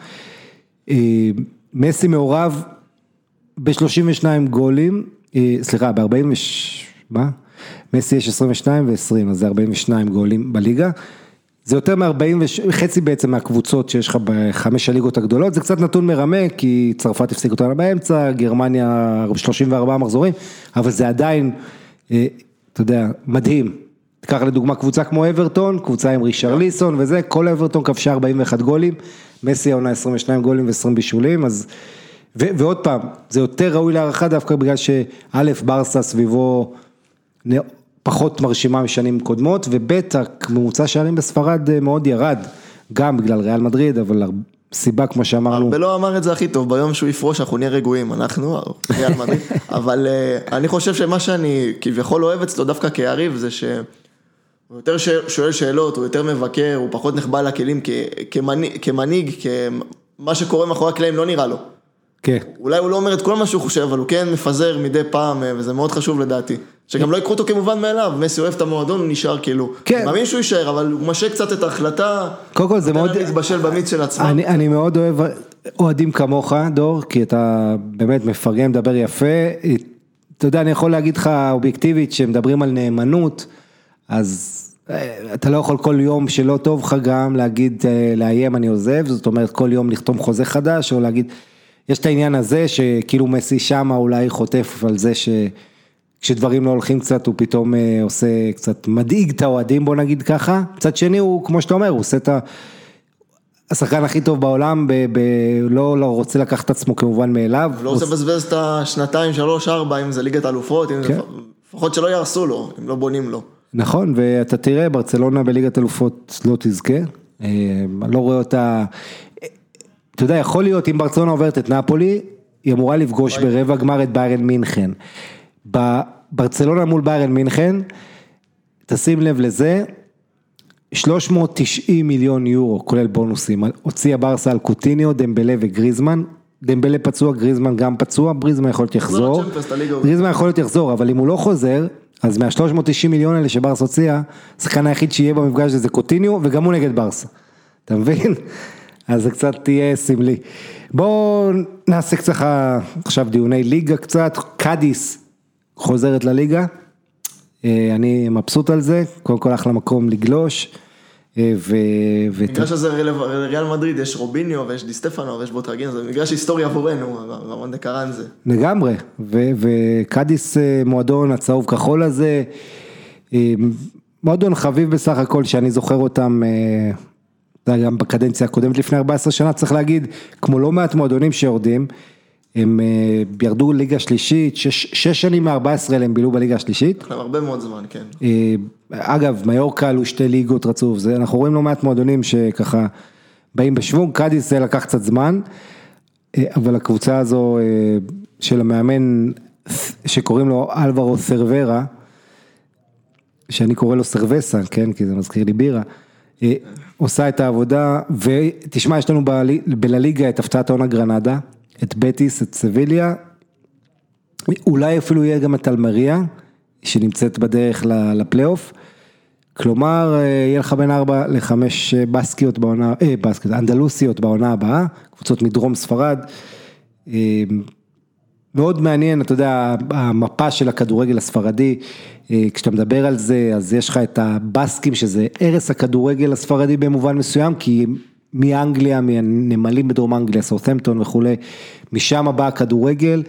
מסי מעורב ב-שלושים ושניים גולים, סליחה, ב-ארבעים, מה? מסי יש עשרים ושתיים ו-עשרים, אז זה ארבעים ושניים גולים בליגה, זה יותר מ-ארבעים, חצי בעצם מהקבוצות שיש לך בחמש הליגות הגדולות, זה קצת נתון מרמה, כי צרפת הפסיק אותנו באמצע, גרמניה שלושים וארבעה מחזורים, אבל זה עדיין, אתה יודע, מדהים. תיקח לדוגמה קבוצה כמו אברטון, קבוצה עם רישרליסון וזה, כל אברטון כבשה ארבעים ואחד גולים, מסי העונה עשרים ושניים גולים ו-עשרים בישולים, אז, ו- ועוד פעם, זה יותר ראוי להערכה דווקא בגלל שא' ברסה סביבו פחות מרשימה משנים קודמות, וב' הממוצע שערים בספרד מאוד ירד, גם בגלל ריאל מדריד, אבל סיבה כמו שאמרנו. הרבה לא אמר את זה הכי טוב, ביום שהוא יפרוש אנחנו נהיה רגועים, אנחנו, ריאל מדריד, אבל אני חושב שמה שאני כביכול אוהב אצלו דווקא כיריב, זה שהוא יותר שואל שאלות, הוא יותר מבקר, הוא פחות נחבא לכלים כמנהיג, מה שקורה מאחורי הקלעים לא נראה לו. כן. אולי הוא לא אומר את כל מה שהוא חושב, אבל הוא כן מפזר מדי פעם, וזה מאוד חשוב לדעתי. שגם לא יקחו אותו כמובן מאליו, מסי אוהב את המועדון, הוא נשאר כאילו. כן. מאמין שהוא יישאר, אבל הוא משק קצת את ההחלטה. קודם כל זה מאוד... להתבשל במיץ של עצמם. אני, אני מאוד אוהב אוהדים כמוך, דור, כי אתה באמת מפרגן, מדבר יפה. אתה יודע, אני יכול להגיד לך אובייקטיבית, שמדברים על נאמנות, אז אתה לא יכול כל יום שלא טוב לך גם להגיד, לאיים אני עוזב, זאת אומרת כל יום לכתוב חוזה חדש, או להגיד... יש את העניין הזה שכאילו מסי שמה אולי חוטף על זה שכשדברים לא הולכים קצת הוא פתאום עושה קצת מדאיג את האוהדים בוא נגיד ככה, קצת שני הוא כמו שאתה אומר הוא עושה את השחקן הכי טוב בעולם, ב- ב- לא, לא רוצה לקחת את עצמו כמובן מאליו. לא רוצה לבזבז את השנתיים, שלוש, ארבע, אם זה ליגת אלופות, אם כן. זה, לפחות שלא יעשו לו, אם לא בונים לו. נכון, ואתה תראה, ברצלונה בליגת אלופות לא תזכה, אני לא רואה אותה... אתה יודע, יכול להיות, אם ברצלונה עוברת את נפולי, היא אמורה לפגוש ברבע גמר את ביירן מינכן. בברצלונה מול ביירן מינכן, תשים לב לזה, שלוש מאות ותשעים מיליון יורו, כולל בונוסים, הוציאה ברסה על קוטיניו, דמבלה וגריזמן, דמבלה פצוע, גריזמן גם פצוע, גריזמן יכול להיות יחזור, גריזמן יכול להיות יחזור, אבל אם הוא לא חוזר, אז מה-שלוש מאות ותשעים מיליון האלה שברסה הוציאה, השחקן היחיד שיהיה במפגש זה קוטיניו, וגם הוא נגד ברסה. אתה מבין? אז זה קצת תהיה סמלי. בואו נעשה קצת עכשיו דיוני ליגה קצת, קאדיס חוזרת לליגה, אני מבסוט על זה, קודם כל אחלה מקום לגלוש. מגרש הזה ריאל מדריד, יש רוביניו ויש די סטפנו ויש בוטרגין, זה מגרש היסטורי עבורנו, רמון דקרן זה. לגמרי, וקאדיס מועדון הצהוב כחול הזה, מועדון חביב בסך הכל שאני זוכר אותם, גם בקדנציה הקודמת לפני ארבע עשרה שנה, צריך להגיד, כמו לא מעט מועדונים שיורדים, הם ירדו ליגה שלישית, שש, שש שנים מ-ארבע עשרה הם בילו בליגה השלישית. הרבה מאוד זמן, כן. אגב, מיורקה עלו שתי ליגות רצוף, זה, אנחנו רואים לא מעט מועדונים שככה באים בשוונג, קאדיס זה לקח קצת זמן, אבל הקבוצה הזו של המאמן שקוראים לו אלברו סרברה, שאני קורא לו סרבסה, כן, כי זה מזכיר לי בירה, עושה את העבודה, ותשמע, יש לנו בלליגה את הפתעת העונה גרנדה, את בטיס, את סביליה, אולי אפילו יהיה גם את אלמריה, שנמצאת בדרך לפלייאוף, כלומר, יהיה לך בין ארבע לחמש בסקיות בעונה, אה, בסקיות, אנדלוסיות בעונה הבאה, קבוצות מדרום ספרד, מאוד מעניין, אתה יודע, המפה של הכדורגל הספרדי, כשאתה מדבר על זה, אז יש לך את הבסקים, שזה ערש הכדורגל הספרדי במובן מסוים, כי מאנגליה, מהנמלים בדרום אנגליה, סאות'המפטון וכו', משם הבא הכדורגל,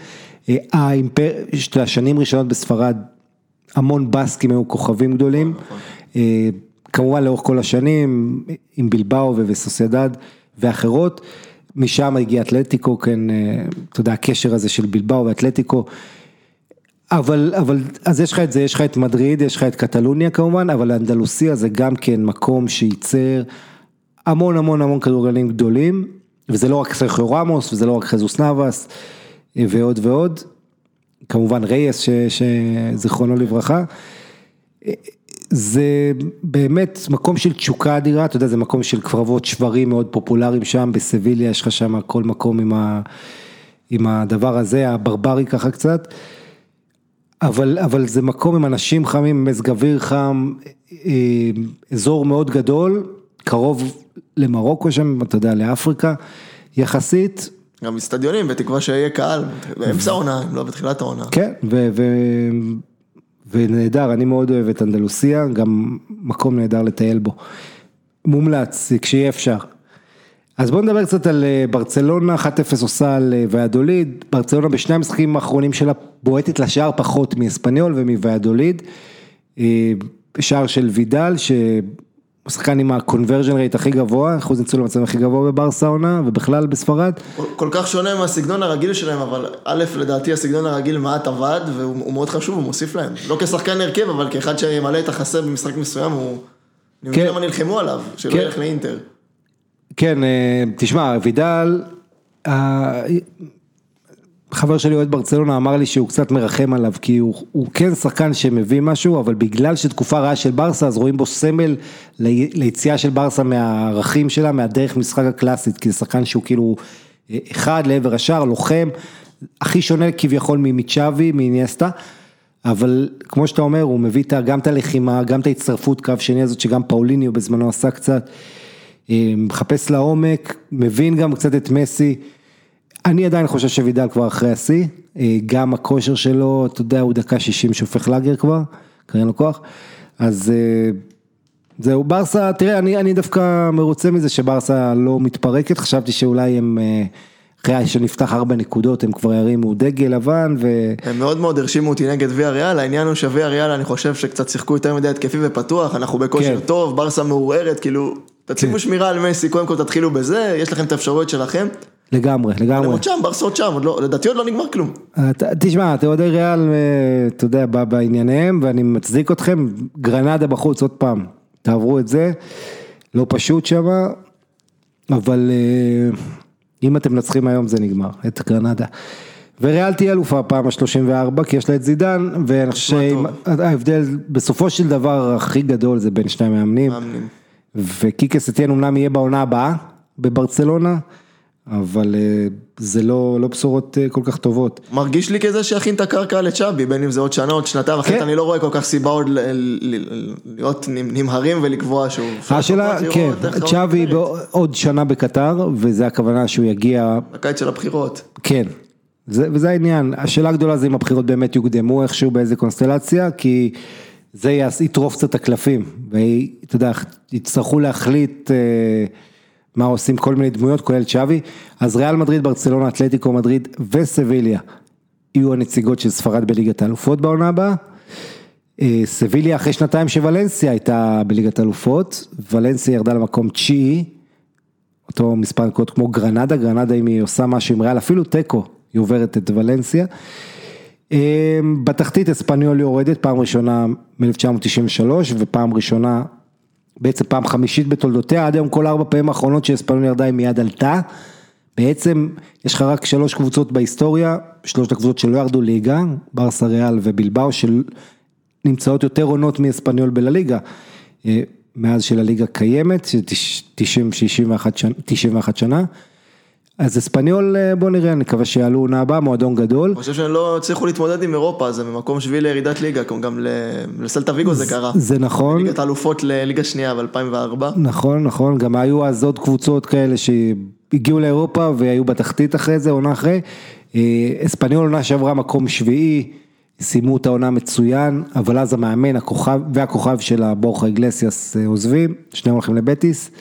השנים ראשונות בספרד, המון בסקים היו כוכבים גדולים, כמובן לאורך כל השנים, עם בלבאו וסוסיידד ואחרות, משם הגיע אתלטיקו, כן, אתה יודע, הקשר הזה של בלבאו ואתלטיקו, אבל, אבל, אז יש לך את זה, יש לך את מדריד, יש לך את קטלוניה כמובן, אבל האנדלוסיה זה גם כן מקום שייצר המון המון המון כדורגלנים גדולים, וזה לא רק סרחיו רמוס, וזה לא רק חזוס נאבס, ועוד ועוד, כמובן רייס, שזיכרונו לברכה, זה באמת מקום של תשוקה אדירה, אתה יודע, זה מקום של קרבות שברים מאוד פופולריים שם, בסביליה יש לך שם כל מקום עם, ה, עם הדבר הזה, הברברי ככה קצת, אבל, אבל זה מקום עם אנשים חמים, מזג אוויר חם, אזור מאוד גדול, קרוב למרוקו שם, אתה יודע, לאפריקה, יחסית. גם מסטדיונים, בתקווה שיהיה קהל, באמצע העונה, אם לא בתחילת העונה. כן, ו... ו... ונהדר, אני מאוד אוהב את אנדלוסיה, גם מקום נהדר לטייל בו. מומלץ, כשיהיה אפשר. אז בואו נדבר קצת על ברצלונה, אחת אפס עושה על ויאדוליד, ברצלונה בשני המשחקים האחרונים שלה בועטת לשער פחות מאספניול ומוויאדוליד, שער של וידל, ששחקן עם הקונברז'ן רייט הכי גבוה, אחוז ניצול המצב הכי גבוה בברסה עונה, ובכלל בספרד. כל כך שונה מהסגנון הרגיל שלהם, אבל א', לדעתי הסגנון הרגיל מעט עבד, והוא מאוד חשוב, הוא מוסיף להם. לא כשחקן הרכב, אבל כאחד שימלא את החסר במשחק מסוים, הוא... אני מבין למה נלחמו עליו, שלא ילך לאינטר. כן, תשמע, וידל, חבר שלי אוהד ברצלונה אמר לי שהוא קצת מרחם עליו, כי הוא, הוא כן שחקן שמביא משהו, אבל בגלל שתקופה רעה של ברסה, אז רואים בו סמל ליציאה של ברסה מהערכים שלה, מהדרך משחק הקלאסית, כי זה שחקן שהוא כאילו אחד לעבר השער, לוחם, הכי שונה כביכול מצ'אבי, מאיניאסטה, אבל כמו שאתה אומר, הוא מביא גם את הלחימה, גם את ההצטרפות קו שני הזאת, שגם פאוליניו בזמנו עשה קצת, מחפש לעומק, מבין גם קצת את מסי, אני עדיין חושב שווידל כבר אחרי השיא, גם הכושר שלו, אתה יודע, הוא דקה שישים שופך לאגר כבר, קרן לו כוח, אז זהו, ברסה, תראה, אני, אני דווקא מרוצה מזה שברסה לא מתפרקת, חשבתי שאולי הם, אחרי שנפתח ארבע נקודות, הם כבר ירימו דגל לבן, ו... הם מאוד מאוד הרשימו אותי נגד ויה ריאל, העניין הוא שוויה ריאל, אני חושב שקצת שיחקו יותר מדי התקפי ופתוח, אנחנו בכושר כן. טוב, ברסה מעוררת, כאילו, תציבו כן. שמירה על מסי, קודם כל תתחילו בזה, יש לכם את האפשרויות שלכם, לגמרי, לגמרי. עוד שם, ברסות שם, לדעתי עוד לא נגמר כלום. תשמע, אתה יודע ריאל, אתה יודע, בא בענייניהם, ואני מצדיק אתכם, גרנדה בחוץ עוד פעם, תעברו את זה, לא פשוט שם, אבל אם אתם נצחים היום זה נגמר, את גרנדה. וריאל תהיה אלופה פעם ה-שלושים וארבע, כי יש לה את זידן, ואני חושב שההבדל, בסופו של דבר הכי גדול זה בין שני מאמנים, וקיקה סטיין אומנם יהיה בעונה הבאה, בברצלונה, אבל זה לא, לא בשורות כל כך טובות. מרגיש לי כזה שיכין את הקרקע לצ'אבי, בין אם זה עוד שנה, עוד שנתיים, אחרת אני לא רואה כל כך סיבה עוד להיות נמהרים ולקבוע שהוא... השאלה, כן, צ'אבי עוד שנה בקטר, וזה הכוונה שהוא יגיע... הקיץ של הבחירות. כן, וזה העניין. השאלה הגדולה זה אם הבחירות באמת יוקדמו איכשהו באיזה קונסטלציה, כי זה יטרוף קצת הקלפים, ואתה יודע, יצטרכו להחליט... מה עושים כל מיני דמויות, כולל צ'אבי, אז ריאל מדריד, ברצלונה, אתלטיקו מדריד וסביליה, יהיו הנציגות של ספרד בליגת האלופות בעונה הבאה, סביליה אחרי שנתיים שוולנסיה הייתה בליגת האלופות, ולנסיה ירדה למקום תשיעי, אותו מספר נקודות כמו גרנדה, גרנדה אם היא עושה משהו עם ריאל, אפילו טקו, היא עוברת את ולנסיה, בתחתית אספניול יורדת, פעם ראשונה מ-אלף תשע מאות תשעים ושלוש, ופעם ראשונה, בעצם פעם חמישית בתולדותיה, עד היום כל ארבע פעמים האחרונות שאספניול ירדה היא מיד עלתה, בעצם יש לך רק שלוש קבוצות בהיסטוריה, שלוש הקבוצות שלא ירדו ליגה, ברסה ריאל ובלבאו, שנמצאות יותר עונות מאספניול בלליגה, מאז של הליגה קיימת, תשעים ואחת שנה, אז אספניול, בוא נראה, אני מקווה שיעלו עונה הבאה, מועדון גדול. אני חושב שהם לא הצליחו להתמודד עם אירופה, זה ממקום שביעי לירידת ליגה, גם לסלטה ויגו זה קרה. זה נכון. ליגת האלופות לליגה שנייה ב-אלפיים וארבע. נכון, נכון, גם היו אז עוד קבוצות כאלה שהגיעו לאירופה והיו בתחתית אחרי זה, עונה אחרי. אספניול עונה שעברה מקום שביעי, סיימו את העונה מצוין, אבל אז המאמן, הכוכב והכוכב של הבורחה איגלסיאס עוזבים, שניהם הולכים לבטיס.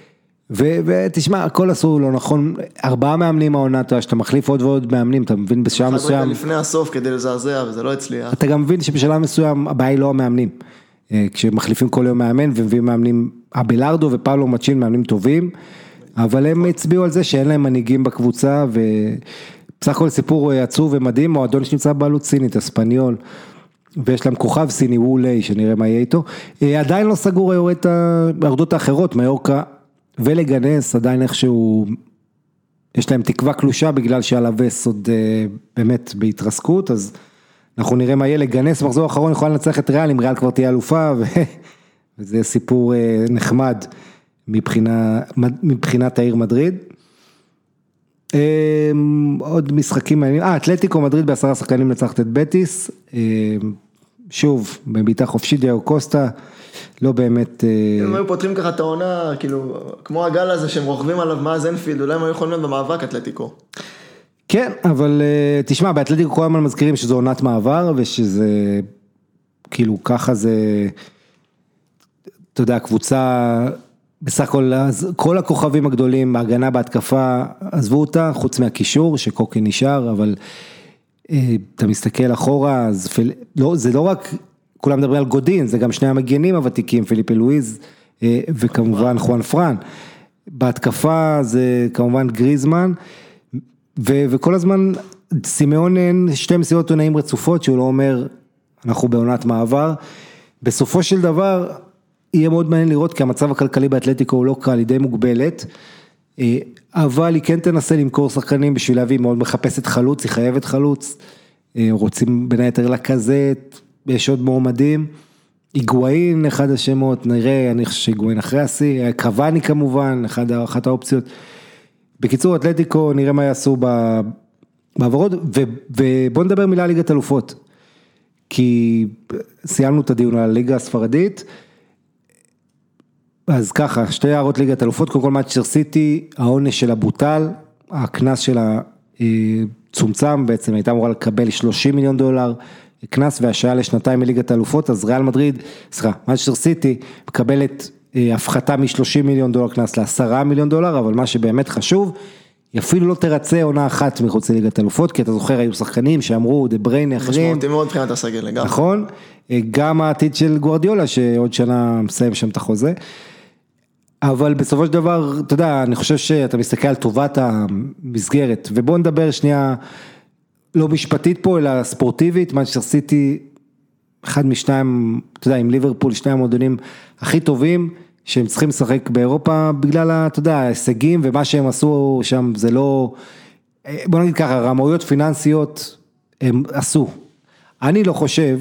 ותשמע, הכל עשו לא נכון, ארבעה מאמנים העונה, שאתה מחליף עוד ועוד מאמנים, אתה מבין בשלב מסוים. לפני הסוף כדי לזעזע, וזה לא הצליח. אתה גם מבין שבשלב מסוים הבעיה היא לא המאמנים. כשמחליפים כל יום מאמן, ומביאים מאמנים, אבלארדו ופאולו מצ'ין, מאמנים טובים, אבל הם הצביעו על זה שאין להם מנהיגים בקבוצה, ובסך הכל סיפור עצוב ומדהים, מועדון שנמצא בעלות סינית, אספניול, ויש להם כוכב סיני, וואלי, שנראה מה יהיה איתו. עדיין לא סגור היורד את היורדות האחרות, מיורקה, ולגנס עדיין איכשהו, יש להם תקווה קלושה, בגלל שהלווס עוד באמת בהתרסקות, אז אנחנו נראה מה יהיה לגנס, מחזור האחרון יכולה לנצח את ריאל, אם ריאל כבר תהיה אלופה, וזה סיפור נחמד מבחינה, מבחינת העיר מדריד. עוד משחקים מעניינים, אה, אתלטיקו מדריד בעשרה שחקנים לצחת את בטיס, שוב, בביתה חופשית דיאגו קוסטה, לא באמת... הם היו פותחים ככה את העונה, כאילו, כמו הגל הזה שהם רוכבים עליו מאז אנפילד, אולי הם היו יכולים במאבק אתלטיקו. כן, אבל תשמע, באתלטיקו כל הזמן מזכירים שזו עונת מעבר, ושזה, כאילו, ככה זה, אתה יודע, קבוצה, בסך הכל, כל הכוכבים הגדולים, בהגנה, בהתקפה, עזבו אותה, חוץ מהקישור, שקוקי נשאר, אבל אתה מסתכל אחורה, אז לא, זה לא רק, כולם מדברים על גודין, זה גם שני המגנים הוותיקים, פיליפה לואיז, וכמובן חואן פרן. בהתקפה זה כמובן גריזמן, ו- וכל הזמן סימאון שתי מסיבות עונאים רצופות, שהוא לא אומר, אנחנו בעונת מעבר. בסופו של דבר, יהיה מאוד מעניין לראות, כי המצב הכלכלי באתלטיקו הוא לא קל, היא די מוגבלת, אבל היא כן תנסה למכור שחקנים בשביל להביא, מאוד מחפשת חלוץ, היא חייבת חלוץ, רוצים בין היתר לקזט, יש עוד מועמדים, היגואין, אחד השמות, נראה, אני חושב שהיגואין אחרי השיא, קוואני כמובן, אחד, אחת האופציות. בקיצור, אתלטיקו, נראה מה יעשו בעברות, ובואו נדבר מילה על ליגת אלופות, כי סיימנו את הדיון על הליגה הספרדית, אז ככה, שתי הערות ליגת אלופות, קודם כל מנצ'סטר סיטי, העונש שלה בוטל, הכנס שלה צומצם, בעצם הייתה אמורה לקבל שלושים מיליון דולר, כנס והשעה לשנתיים מליגת אלופות, אז ריאל מדריד, סליחה, מנצ'סטר סיטי מקבלת הפחתה מ-שלושים מיליון דולר כנס ל-עשרה מיליון דולר, אבל מה שבאמת חשוב, היא אפילו לא תרצה עונה אחת מחוץ לליגת אלופות, כי אתה זוכר, היו שחקנים שאמרו, דה בריינה אחרים. משמעותי מאוד מבחינת הסגל לגמרי. נכון, גם העתיד של גוארדיולה, שעוד שנה מסיים שם את החוזה, אבל בסופו של דבר, אתה יודע, אני חושב שאתה מסתכל על טובת המסגרת, ובואו נדבר שנייה, לא משפטית פה, אלא ספורטיבית, מנצ'סטר סיטי, אחד משניים, אתה יודע, עם ליברפול, שני המועדונים הכי טובים, שהם צריכים לשחק באירופה, בגלל, אתה יודע, ההישגים, ומה שהם עשו שם, זה לא, בוא נגיד ככה, רמאויות פיננסיות, הם עשו. אני לא חושב,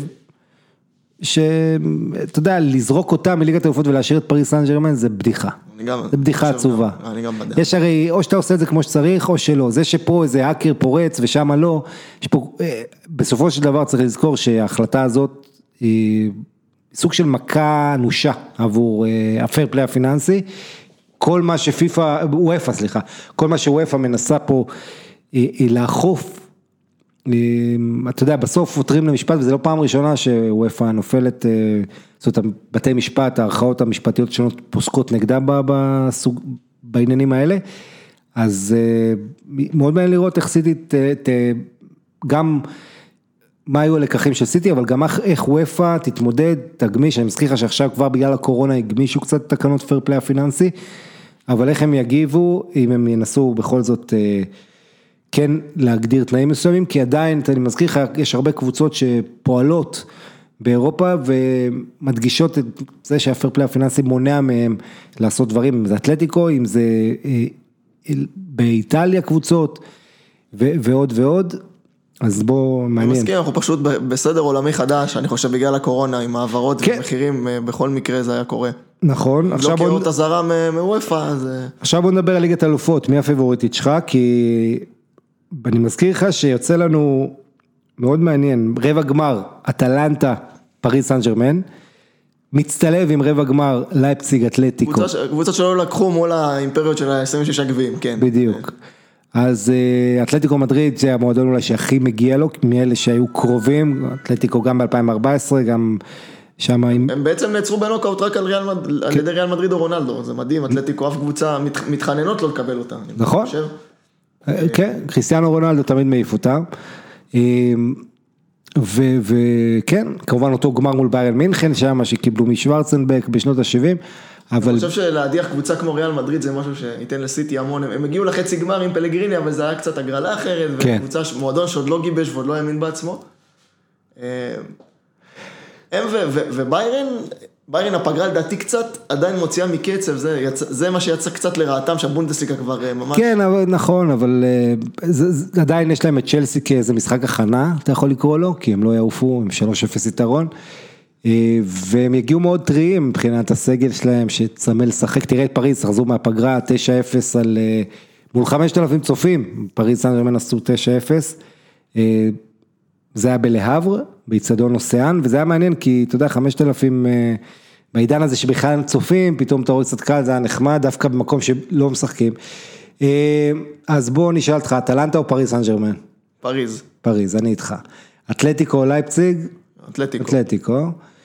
שאתה יודע, לזרוק אותה מליגת האלופות, ולהשאיר את פריס סן ז'רמן, זה בדיחה. זה בדיחה עצובה. יש הרי, או שאתה עושה את זה כמו שצריך, או שלא. זה שפה איזה האקר פורץ, ושם לא, יש פה, בסופו של דבר צריך לזכור, שההחלטה הזאת, היא סוג של מכה אנושה, עבור הפייר פליי הפיננסי, כל מה שפיפה, וופא, סליחה, כל מה שוופא מנסה פה, היא לאכוף, אתה יודע, בסוף עותרים למשפט, וזה לא פעם ראשונה שוופא נופלת, זאת אומרת, בתי משפט, הערכאות המשפטיות שונות פוסקות נגדה בסוג, בעניינים האלה, אז מאוד מעניין לראות איך סיטי, גם מה היו הלקחים של סיטי, אבל גם איך וופא תתמודד, תגמיש, אני מזכיר לך שעכשיו כבר בגלל הקורונה הגמישו קצת תקנות פייר פליי הפיננסי, אבל איך הם יגיבו, אם הם ינסו בכל זאת כן להגדיר תנאים מסוימים, כי עדיין, אני מזכיר לך, יש הרבה קבוצות שפועלות באירופה, ומדגישות את זה שהפייר פליי הפיננסי מונע מהם לעשות דברים, אם זה אתלטיקו, אם זה באיטליה קבוצות, ועוד ועוד, אז בוא מעניין. אני מסכים, אנחנו פשוט בסדר עולמי חדש, אני חושב בגלל הקורונה, עם העברות ומחירים, בכל מקרה זה היה קורה. נכון. לא קראות הזרה מוופא, אז... עכשיו בוא נדבר על ליגת האלופות, מי הפייבוריטית שלך, כי אני מזכיר לך שיוצא לנו מאוד מעניין, רבע גמר, אטלנטה, פריס סן ז'רמן, מצטלב עם רבע גמר, לייפציג, אתלטיקו. קבוצות שלא לקחו מול האימפריות של ה-עשרים ושש גביעים, כן. בדיוק. אז אתלטיקו מדריד זה המועדון אולי שהכי מגיע לו, מאלה שהיו קרובים, אתלטיקו גם ב-אלפיים וארבע עשרה, גם שם... הם בעצם נעצרו בנוקאוט רק על ידי ריאל מדריד או רונלדו, זה מדהים, אתלטיקו אף קבוצה מתחננות לא לקבל אותה. נכון, כן, קריסטיאנו רונלדו תמיד מעיף אותה, וכן, כמובן אותו גמר מול ביירן מינכן, שם שקיבלו משוורצנבק בשנות ה-שבעים, אבל... אני חושב שלהדיח קבוצה כמו ריאל מדריד זה משהו שייתן לסיטי המון, הם הגיעו לחצי גמר עם פלגריני, אבל זה היה קצת הגרלה אחרת, וקבוצה, מועדון שעוד לא גיבש ועוד לא האמין בעצמו. הם וביירן, ביירן הפגרה לדעתי קצת עדיין מוציאה מקצב, זה, יצ... זה מה שיצא קצת לרעתם שהבונדסליגה כבר ממש... כן, אבל, נכון, אבל זה, זה, עדיין יש להם את צ'לסי כאיזה משחק הכנה, אתה יכול לקרוא לו, כי הם לא יעופו, הם שלוש אפס יתרון, והם יגיעו מאוד טריים מבחינת הסגל שלהם, שצמא לשחק, תראה את פריז, חזרו מהפגרה, תשע אפס על... מול חמשת אלפים צופים, פריז סן ז'רמן עשו תשע אפס, זה היה בלהבר, באיצטדיון אוסיאן, וזה היה מעניין, כי אתה יודע, חמשת אלפים, בעידן הזה שבכלל הם צופים, פתאום אתה רואה קצת קל, זה היה נחמד, דווקא במקום שלא משחקים. אז בואו נשאל אותך, אטלנטה או פריז סן ז'רמן? פריז. פריז, אני איתך. אתלטיקו או לייפציג? אתלטיקו. אתלטיקו.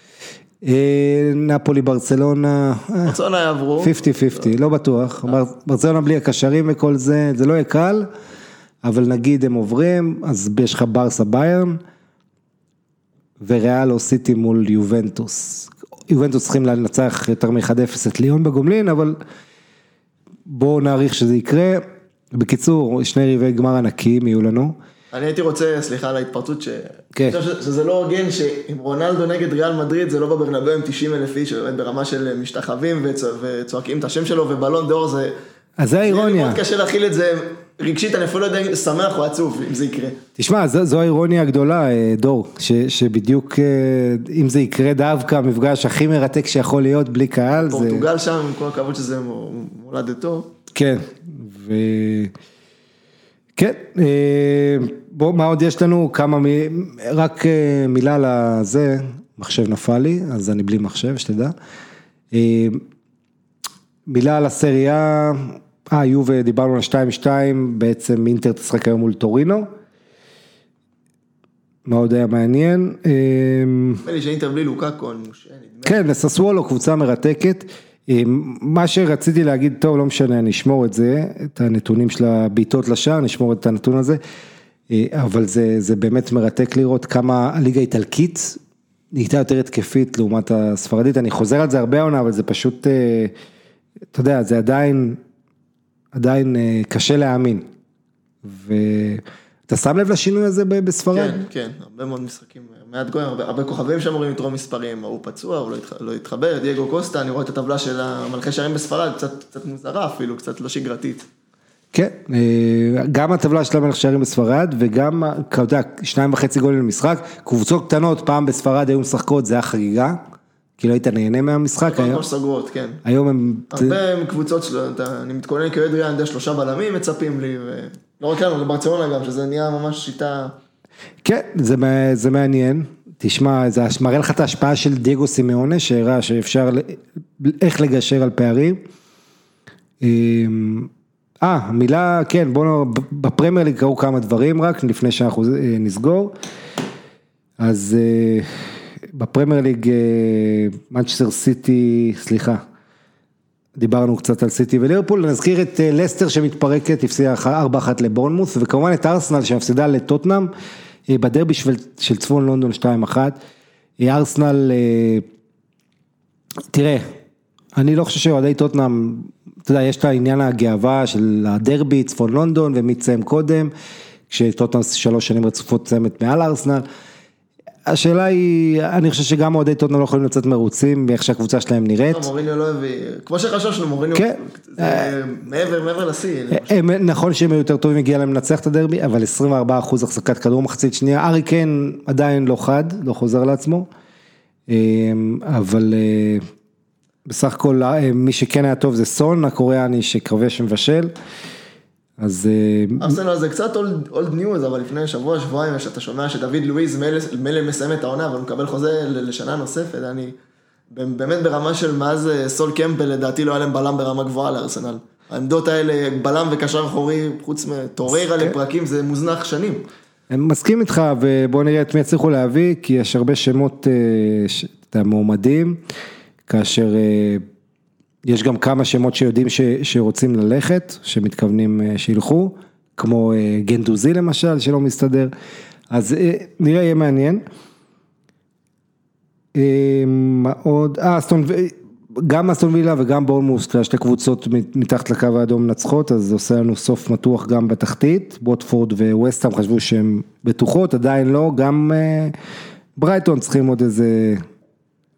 נפולי, ברצלונה. ברצלונה יעברו. חמישים חמישים, לא בטוח. ברצלונה בלי הקשרים וכל זה, זה לא יהיה קל, אבל נגיד הם עוברים, אז יש לך ברסה ביירן, וריאל או סיטי מול יובנטוס. יובנטוס צריכים לנצח יותר מ-אחד אפס את ליון בגומלין, אבל בואו נעריך שזה יקרה. בקיצור, שני רבעי גמר ענקים יהיו לנו. אני הייתי רוצה, סליחה על ההתפרצות, ש... כן. שזה לא הוגן שאם רונלדו נגד ריאל מדריד, זה לא בברנבאו עם תשעים אלף איש, שבאמת ברמה של משתחווים וצועקים את השם שלו, ובלון דור זה... אז זה האירוניה. מאוד קשה להכיל את זה רגשית, אני אפילו לא יודע שמח או עצוב, אם זה יקרה. תשמע, זו האירוניה הגדולה, דור, שבדיוק, אם זה יקרה דווקא, המפגש הכי מרתק שיכול להיות בלי קהל, זה... פורטוגל שם, עם כל הכבוד שזה מולדתו. כן, ו... כן, בוא, מה עוד יש לנו? כמה, רק מילה לזה, מחשב נפל לי, אז אני בלי מחשב, שתדע. מילה על הסריה, אה, יובה, דיברנו על שתיים שתיים, בעצם אינטר תשחק היום מול טורינו. מאוד היה מעניין. נדמה לי שאינטר בלי לוקאקו, אני מושעה. כן, ססוולו, קבוצה מרתקת. מה שרציתי להגיד, טוב, לא משנה, אני אשמור את זה, את הנתונים של הביטות לשער, אני אשמור את הנתון הזה, אבל זה, זה באמת מרתק לראות כמה הליגה האיטלקית נהייתה יותר התקפית לעומת הספרדית, אני חוזר על זה הרבה עונה, אבל זה פשוט, אתה יודע, זה עדיין, עדיין קשה להאמין, ואתה שם לב לשינוי הזה בספרד? כן, כן, הרבה מאוד משחקים, מעט גויים, הרבה, הרבה כוכבים שאמורים לתרום מספרים, הוא פצוע, הוא לא, התח, לא התחבר, דייגו קוסטה, אני רואה את הטבלה של המלכי שערים בספרד, קצת, קצת מוזרה אפילו, קצת לא שגרתית. כן, גם הטבלה של המלכי שערים בספרד, וגם, אתה יודע, שניים וחצי גולים למשחק, קבוצות קטנות, פעם בספרד היו משחקות, זה היה חגיגה, כי לא היית נהנה מהמשחק. היום ממש סגורות, כן. היום הם... הרבה קבוצות שלו, אני מתכונן כאוהד ריאל, די שלושה בלמים מצפים לי, ולא רק לנו, לברצלונה גם, שזה נהיה ממש שיטה... כן, זה, זה מעניין. תשמע, זה מראה לך את ההשפעה של דייגו סימאונה, שהראה שאפשר איך לגשר על פערים. אה, המילה, כן, בואו, בפרמייר ליג קראו כמה דברים רק, לפני שאנחנו נסגור. אז בפרמייר ליג, מנצ'סטר סיטי, סליחה, דיברנו קצת על סיטי וליברפול, נזכיר את לסטר שמתפרקת, הפסידה ארבע אחת לבורנמות', וכמובן את ארסנל שמפסידה לטוטנהאם, בדרבי של צפון לונדון שתיים אחת, ארסנל, תראה, אני לא חושב שאוהדי טוטנהאם, אתה יודע, יש את העניין הגאווה של הדרבי, צפון לונדון, ומי תסיים קודם, כשטוטנהאם שלוש שנים רצופות תסיימת מעל ארסנל, השאלה היא, אני חושב שגם אוהדי טוטנהאם לא יכולים לצאת מרוצים, מאיך שהקבוצה שלהם נראית. מוריניו לא הביא, כמו שחששנו, מוריניו, מעבר, מעבר לשיא. נכון שהם יותר טובים, הגיע להם לנצח את הדרבי, אבל עשרים וארבעה אחוז החזקת כדור מחצית שנייה, ארי קיין עדיין לא חד, לא חוזר לעצמו, אבל בסך הכל, מי שכן היה טוב זה סון, הקוריאני שכבש ומבשל, אז... ארסנל זה קצת אולד ניוז, אבל לפני שבוע, שבועיים, שאתה שומע שדוד לואיז מלא מסיים את העונה, אבל הוא מקבל חוזה לשנה נוספת, אני באמת ברמה של מאז סול קמפל, לדעתי לא היה להם בלם ברמה גבוהה לארסנל. העמדות האלה, בלם וקשר אחורי, חוץ מטוררה לפרקים, זה מוזנח שנים. אני מסכים איתך, ובואו נראה את מי הצליחו להביא, כי יש הרבה שמות מועמדים, כאשר... יש גם כמה שמות שיודעים ש, שרוצים ללכת, שמתכוונים שילכו, כמו גנדוזי למשל, שלא מסתדר, אז נראה, יהיה מעניין. מה עוד? אה, אסטון, גם אסטון וילה וגם בורנמות', שתי קבוצות מתחת לקו האדום נצחות, אז זה עושה לנו סוף מתוח גם בתחתית, ווטפורד וווסטהאם חשבו שהן בטוחות, עדיין לא, גם ברייטון צריכים עוד איזה...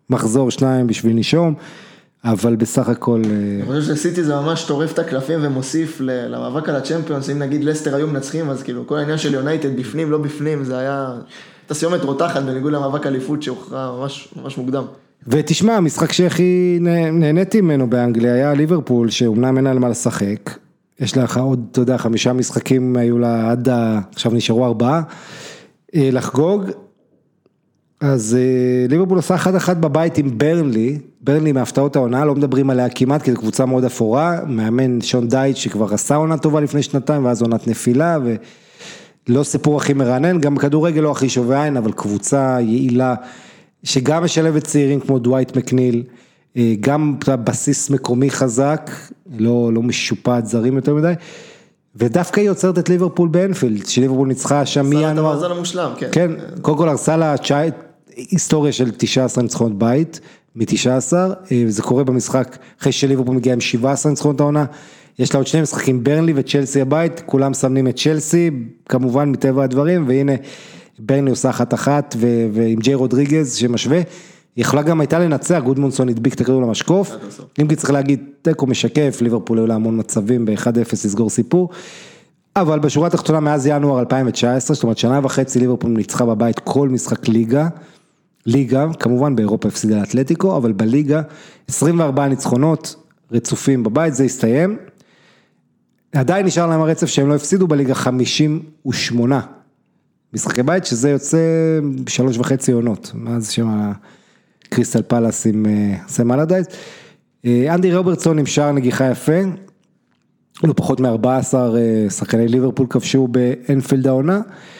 מחזור שניים בשביל נשום, אבל בסך הכל... אני חושב שסיטי זה ממש טורף את הקלפים ומוסיף למאבק על הצ'מפיונס, אם נגיד לסטר היו מנצחים, אז כאילו כל העניין של יונייטד בפנים, לא בפנים, זה היה תסיומת רותחת בניגוד למאבק אליפות שהוכרע ממש, ממש מוקדם. ותשמע, המשחק שהכי נהניתי ממנו באנגליה היה ליברפול, שאומנם אין לה מה לשחק, יש לך עוד, אתה יודע, חמישה משחקים היו לה עד, עכשיו נשארו ארבעה, לחגוג, אז ליברפול עושה אחד אחד בבית עם ברנלי, ברנלי מהפתעות העונה, לא מדברים עליה כמעט, כי זו קבוצה מאוד אפורה, מאמן שון דייט שכבר עשה עונה טובה לפני שנתיים, ואז עונת נפילה, ולא סיפור הכי מרענן, גם כדורגל לא הכי שווה עין, אבל קבוצה יעילה, שגם משלבת צעירים כמו דווייט מקניל, גם בסיס מקומי חזק, לא, לא משופעת זרים יותר מדי, ודווקא היא יוצרת את ליברפול באנפילד, שליברפול ניצחה שם מינואר. עשה לה את המאזן המושלם, כן. כן, קודם כל הרסה לה היסטוריה של תשע עשרה ניצחונות בית, מ-תשע עשרה, וזה קורה במשחק, אחרי שליברפול מגיע עם שבע עשרה ניצחונות העונה, יש לה עוד שני משחקים, ברנלי וצ'לסי הבית, כולם סמנים את צ'לסי, כמובן מטבע הדברים, והנה ברנלי עושה אחת אחת, ועם ג'יי רודריגז שמשווה, יכולה גם הייתה לנצח, גודמונסון הדביק את הכדור למשקוף, אם כי צריך להגיד, תיקו משקף, ליברפול היו לה המון מצבים, ב-אחד אפס לסגור סיפור, אבל בשורה התחתונה מאז ינואר אלפיים תשע עשרה, זאת אומרת שנה וחצי ליברפול ניצחה בבית כל משחק ליגה, ליגה, כמובן באירופה הפסידה לאתלטיקו, אבל בליגה עשרים וארבעה ניצחונות רצופים בבית, זה הסתיים, עדיין נשאר להם הרצף שהם לא הפסידו בליגה חמישים ושמונה משחקי בית, שזה יוצא שלוש וחצי עונות, מאז שם קריסטל פלאס עם סם אלדייס. אנדי רוברטסון עם שער נגיחה יפה, לא פחות מ-ארבעה עשר שחקני ליברפול כבשו באנפילד העונה,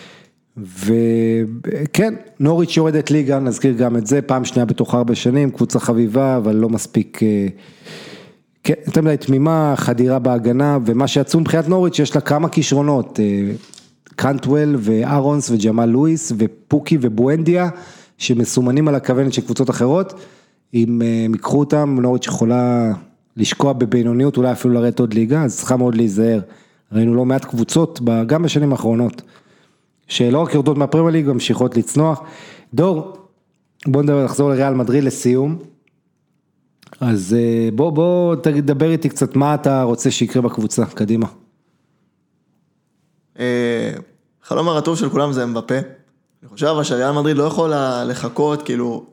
וכן, נוריץ' יורדת ליגה, נזכיר גם את זה, פעם שנייה בתוך ארבע שנים, קבוצה חביבה, אבל לא מספיק, כן, יותר מדי תמימה, חדירה בהגנה, ומה שיצאו מבחינת נוריץ' יש לה כמה כישרונות, קנטוול וארונס וג'מאל לואיס ופוקי ובואנדיה, שמסומנים על הכוונת של קבוצות אחרות, אם הם יקחו אותם, נוריץ' יכולה לשקוע בבינוניות, אולי אפילו לרדת עוד ליגה, אז צריכה מאוד להיזהר, ראינו לא מעט קבוצות, גם בשנים האחרונות, שלא רק יורדות מהפרמייר ליג, ממשיכות לצנוח. דור, בוא נדבר, נחזור לריאל מדריד לסיום, אז בוא, בוא תדבר איתי קצת, מה אתה רוצה שיקרה בקבוצה, קדימה. חלום הרטוב של כולם זה אמבפה, אני חושב שריאל מדריד לא יכולה לחכות, כאילו,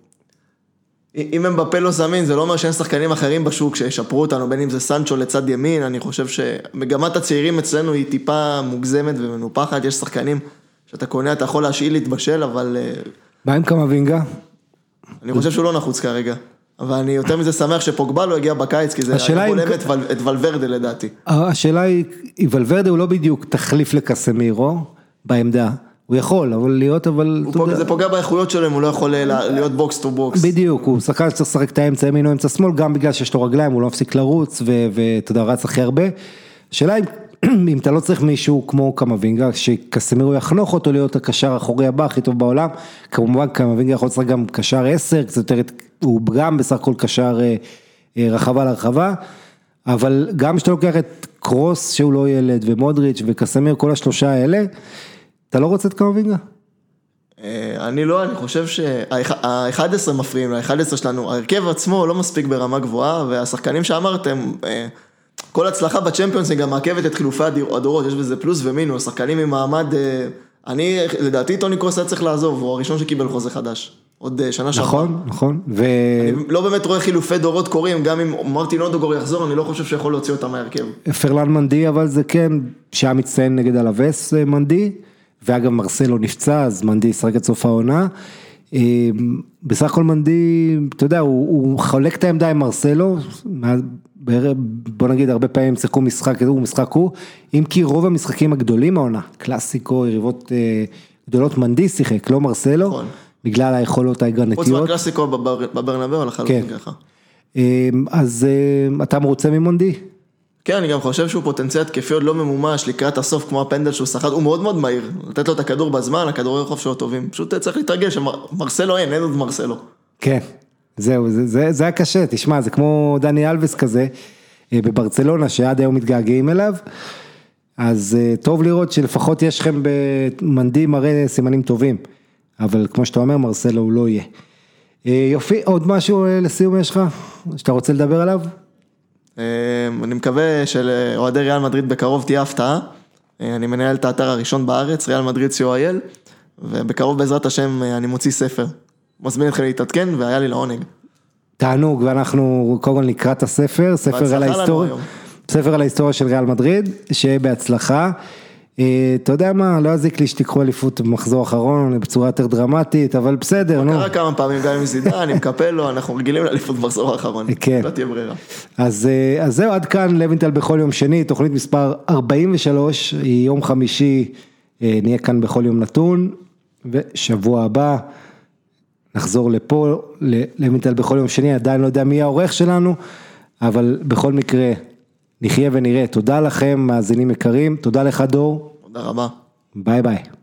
אם אמבפה לא זמין, זה לא אומר שאין שחקנים אחרים בשוק שישפרו אותנו, בין אם זה סנצ'ו לצד ימין, אני חושב שמגמת הצעירים אצלנו היא טיפה מוגזמת ומנופחת, יש שחקנים שאתה קונה, אתה יכול להשאיל להתבשל, אבל... מה עם קמבינגה? אני חושב שהוא לא נחוץ כרגע, אבל אני יותר מזה שמח שפוגבה לא הגיע בקיץ, כי זה היה בולם את ולוורדה לדעתי. השאלה היא, ולוורדה הוא לא בדיוק תחליף לקסמירו בעמדה, הוא יכול, אבל להיות, אבל... זה פוגע באיכויות שלהם, הוא לא יכול להיות בוקס טו בוקס. בדיוק, הוא שחקן שצריך לשחק את האמצע ימין או אמצע שמאל, גם בגלל שיש לו רגליים, הוא לא מפסיק לרוץ, ואתה יודע, רץ הכי הרבה. השאלה היא, אם אתה לא צריך מישהו כמו קמבינגה, שקסמירו יחנוך אותו להיות הקשר האחורי הבא, הכי טוב בעולם, כמובן קמבינגה יכול לשחק גם קשר עשר, קצת יותר, הוא גם בסך הכל קשר רחבה לרחבה, אבל גם שאתה לוקח את קרוס, שהוא לא ילד, ומודריץ' וקסמיר, כל השלושה האלה, אתה לא רוצה את קמבינגה? אני לא, אני חושב שה-אחד עשר מפריעים, ה-אחד עשר שלנו, ההרכב עצמו לא מספיק ברמה גבוהה, והשחקנים שאמרתם, כל הצלחה בצ'מפיונס היא גם מעכבת את חילופי הדורות, יש בזה פלוס ומינוס, שחקנים עם מעמד, אני, לדעתי טוני קרוס היה צריך לעזוב, הוא הראשון שקיבל חוזה חדש, עוד שנה שעברה. נכון, נכון. אני לא באמת רואה חילופי דורות קורים, גם אם מרטין אודוגור יחזור, אני לא חושב שיכול להוציא אותם מהרכב. פרלן מנדי, אבל זה כן, שהיה מצטיין נגד אלווס מנדי, ואגב מרסלו נפצע, אז מנדי ישחק את סוף העונה, בסך הכל מנדי, אתה יודע, הוא, הוא חולק את העמדה עם מרסלו, בוא נגיד הרבה פעמים שיחקו משחק, הוא משחק הוא, אם כי רוב המשחקים הגדולים העונה, קלאסיקו, יריבות גדולות, מנדי שיחק, לא מרסלו, נכון. בגלל היכולות ההגרנתיות. חוץ מהקלאסיקו בברנבאו, לחלוטין ככה. אז אתה מרוצה ממנדי? כן, אני גם חושב שהוא פוטנציאל התקפי עוד לא ממומש, לקראת הסוף כמו הפנדל שהוא שחק, הוא מאוד מאוד מהיר, לתת לו את הכדור בזמן, הכדורי רחוב שלו טובים, פשוט צריך להתרגש, מרסלו אין, אין עוד מרסלו. כן, זהו, זה, זה, זה היה קשה, תשמע, זה כמו דני אלווס כזה, בברצלונה, שעד היום מתגעגעים אליו, אז טוב לראות שלפחות יש לכם במנדי מראה סימנים טובים, אבל כמו שאתה אומר, מרסלו הוא לא יהיה. יופי, עוד משהו לסיום יש לך, שאתה רוצה לדבר עליו? אני מקווה שלאוהדי ריאל מדריד בקרוב תהיה הפתעה, אני מנהל את האתר הראשון בארץ, ריאל מדריד סי או איי אל, ובקרוב בעזרת השם אני מוציא ספר, מזמין אתכם להתעדכן והיה לי לעונג. תענוג, ואנחנו קודם כל נקרא את הספר, ספר על ההיסטוריה, ספר על ההיסטוריה של ריאל מדריד, שיהיה בהצלחה. אתה יודע מה, לא יזיק לי שתיקחו אליפות במחזור האחרון בצורה יותר דרמטית, אבל בסדר, נו. קרה כמה פעמים גם עם זידן, אני מקפל לו, אנחנו רגילים לאליפות במחזור האחרון. כן. לא תהיה ברירה. אז זהו, עד כאן לוינטל בכל יום שני, תוכנית מספר ארבעים ושלוש, יום חמישי, נהיה כאן בכל יום נתון, ושבוע הבא נחזור לפה, לוינטל בכל יום שני, עדיין לא יודע מי העורך שלנו, אבל בכל מקרה, נחיה ונראה. תודה לכם, מאזינים יקרים, תודה לך דור. תודה רבה. ביי ביי.